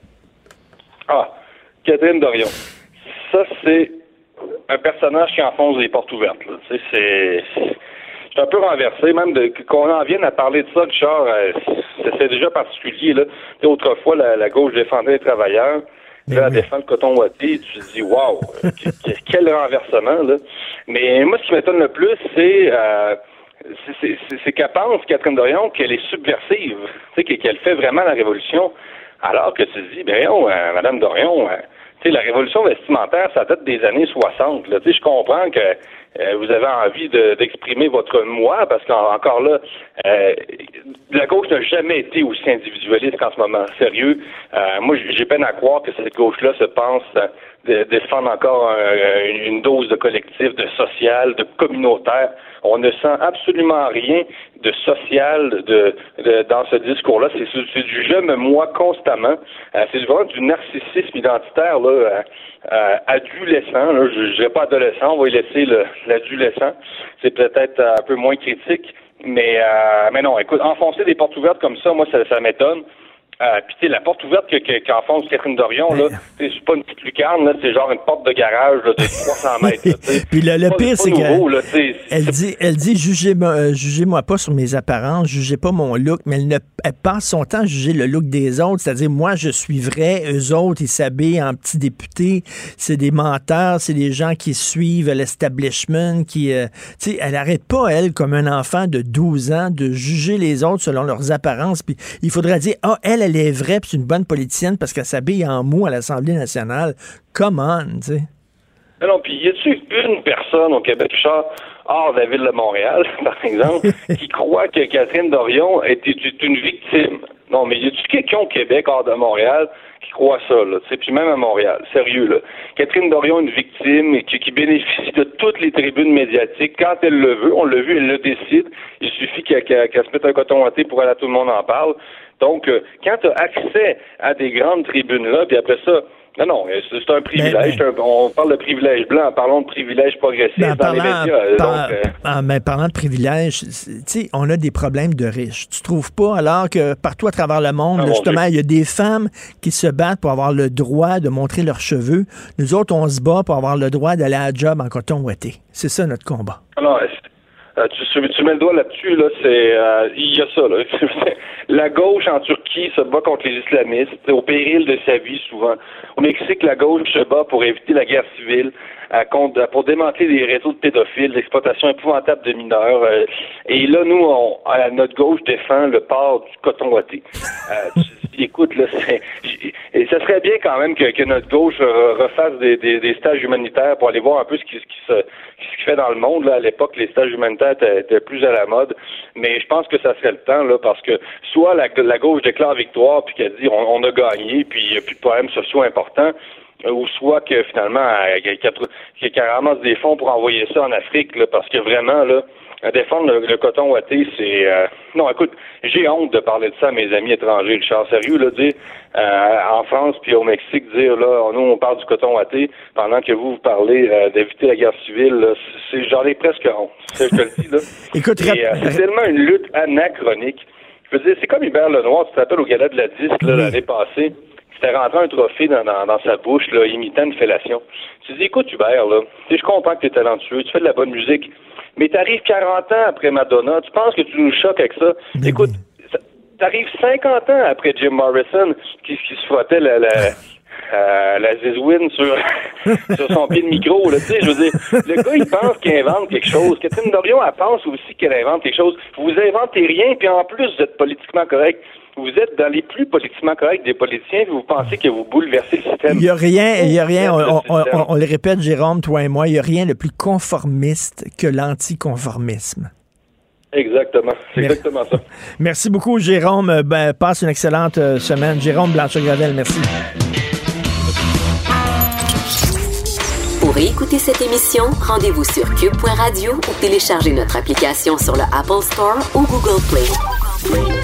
Ah, Catherine Dorion. Ça, c'est un personnage qui enfonce des portes ouvertes. Là. Tu sais, c'est... Je suis un peu renversé, même de qu'on en vienne à parler de ça, Richard, euh, c'est, c'est déjà particulier. Là. Tu sais, autrefois, la, la gauche défendait les travailleurs. Là, elle défend le coton ouaté, tu te dis, waouh, quel renversement, là. Mais moi, ce qui m'étonne le plus, c'est, euh, c'est, c'est, c'est, c'est qu'elle pense, Catherine Dorion, qu'elle est subversive, tu sais, qu'elle fait vraiment la révolution, alors que tu te dis, ben non, euh, Madame Dorion, euh, tu sais, la révolution vestimentaire, ça date des années soixante, là. Tu sais, je comprends que euh, vous avez envie de, d'exprimer votre moi, parce qu'encore là, euh, la gauche n'a jamais été aussi individualiste qu'en ce moment. Sérieux, euh, moi, j'ai peine à croire que cette gauche-là se pense euh, de, défendre encore un, une dose de collectif, de social, de communautaire. On ne sent absolument rien de social de, de dans ce discours-là. C'est, c'est du je me moi constamment. Euh, c'est vraiment du narcissisme identitaire là, euh, euh, adolescent. Là. Je ne dirais pas adolescent, on va y laisser le, l'adolescent. C'est peut-être un peu moins critique. Mais euh, mais non, écoute, enfoncer des portes ouvertes comme ça, moi, ça, ça m'étonne. Euh, puis tu sais, la porte ouverte que, que, qu'enfonce Catherine Dorion, là, c'est pas une petite lucarne, là, c'est genre une porte de garage là, de trois cents mètres. Là, puis le, le pire, c'est qu'elle elle dit, elle dit jugez-moi, euh, jugez-moi pas sur mes apparences, jugez pas mon look, mais elle, ne, elle passe son temps à juger le look des autres, c'est-à-dire moi je suis vrai, eux autres ils s'habillent en petits députés, c'est des menteurs, c'est des gens qui suivent l'establishment, qui, euh, tu sais, elle arrête pas elle comme un enfant de douze ans de juger les autres selon leurs apparences, puis il faudrait dire ah elle elle est vraie, puis c'est une bonne politicienne parce qu'elle s'habille en mou à l'Assemblée nationale. Come on, tu sais. Non, non, puis y a-tu une personne au Québec, Richard, hors de la ville de Montréal, par exemple, qui croit que Catherine Dorion est, est une victime? Non, mais y a-tu quelqu'un au Québec, hors de Montréal, qui croit ça, là? Tu sais, puis même à Montréal, sérieux, là. Catherine Dorion, une victime, et qui, qui bénéficie de toutes les tribunes médiatiques quand elle le veut. On l'a vu, elle le décide. Il suffit qu'elle, qu'elle, qu'elle se mette un coton ouaté pour aller à tout le monde en parle. Donc, euh, quand tu as accès à des grandes tribunes-là, puis après ça, non, non, c'est un privilège. Mais, mais, on parle de privilège blanc, parlons de privilège progressif dans parlant, les médias. Par, donc, euh... ah, mais parlant de privilège, tu sais, on a des problèmes de riches. Tu trouves pas? Alors que partout à travers le monde, ah, là, justement, il y a des femmes qui se battent pour avoir le droit de montrer leurs cheveux. Nous autres, on se bat pour avoir le droit d'aller à la job en coton ouaté. C'est ça notre combat. Alors, Euh, tu, tu mets le doigt là-dessus, là, c'est euh, il y a ça, là. La gauche en Turquie se bat contre les islamistes, au péril de sa vie souvent. Au Mexique, la gauche se bat pour éviter la guerre civile, à, contre, pour démanteler des réseaux de pédophiles, l'exploitation épouvantable de mineurs. Euh, et là, nous, on, à notre gauche défend le port du coton ouaté. Euh, tu, écoute, là, c'est, et ça serait bien quand même que, que notre gauche refasse des, des, des stages humanitaires pour aller voir un peu ce qui, ce qui se ce qui fait dans le monde. Là, à l'époque, les stages humanitaires étaient, étaient plus à la mode, mais je pense que ça serait le temps, là, parce que soit la, la gauche déclare victoire puis qu'elle dit on, on a gagné puis il n'y a plus de problèmes sociaux importants, ou soit que finalement qu'elle ramasse des fonds pour envoyer ça en Afrique, là, parce que vraiment, là, à défendre le, le coton ouaté, c'est... Euh... Non, écoute, j'ai honte de parler de ça à mes amis étrangers, Richard. Sérieux, là, dire, euh, en France puis au Mexique, dire, là, nous, on parle du coton ouaté, pendant que vous, vous parlez euh, d'éviter la guerre civile, là, c'est, j'en ai presque honte. Je te le dis, là. Écoute, Et, euh, c'est tellement une lutte anachronique. Je veux dire, c'est comme Hubert Lenoir, tu te rappelles, au gala de la disque, là, l'année passée, c'était rentré un trophée dans, dans, dans sa bouche, là, imitant une fellation. Tu dis, écoute, Hubert, là, tu sais, je comprends que t'es talentueux, tu fais de la bonne musique, mais t'arrives quarante ans après Madonna, tu penses que tu nous choques avec ça? Mais écoute, ça, t'arrives cinquante ans après Jim Morrison, qui, qui se frottait la, la, euh, la zizouine sur, sur son pied de micro, là, tu sais, je veux dire, le gars, il pense qu'il invente quelque chose. Catherine Dorion, elle pense aussi qu'elle invente quelque chose. Vous inventez rien, puis en plus, vous êtes politiquement correct. Vous êtes dans les plus politiquement corrects des politiciens, puis vous pensez que vous bouleversez le système. Il n'y a rien, il y a rien, on, on, on, on le répète, Jérôme, toi et moi, il n'y a rien de plus conformiste que l'anticonformisme. Exactement, c'est merci. Exactement ça. Merci beaucoup, Jérôme. Ben, passe une excellente semaine. Jérôme Blanchet-Gravel, merci. Pour écouter cette émission, rendez-vous sur cube point radio ou téléchargez notre application sur le Apple Store ou Google Play.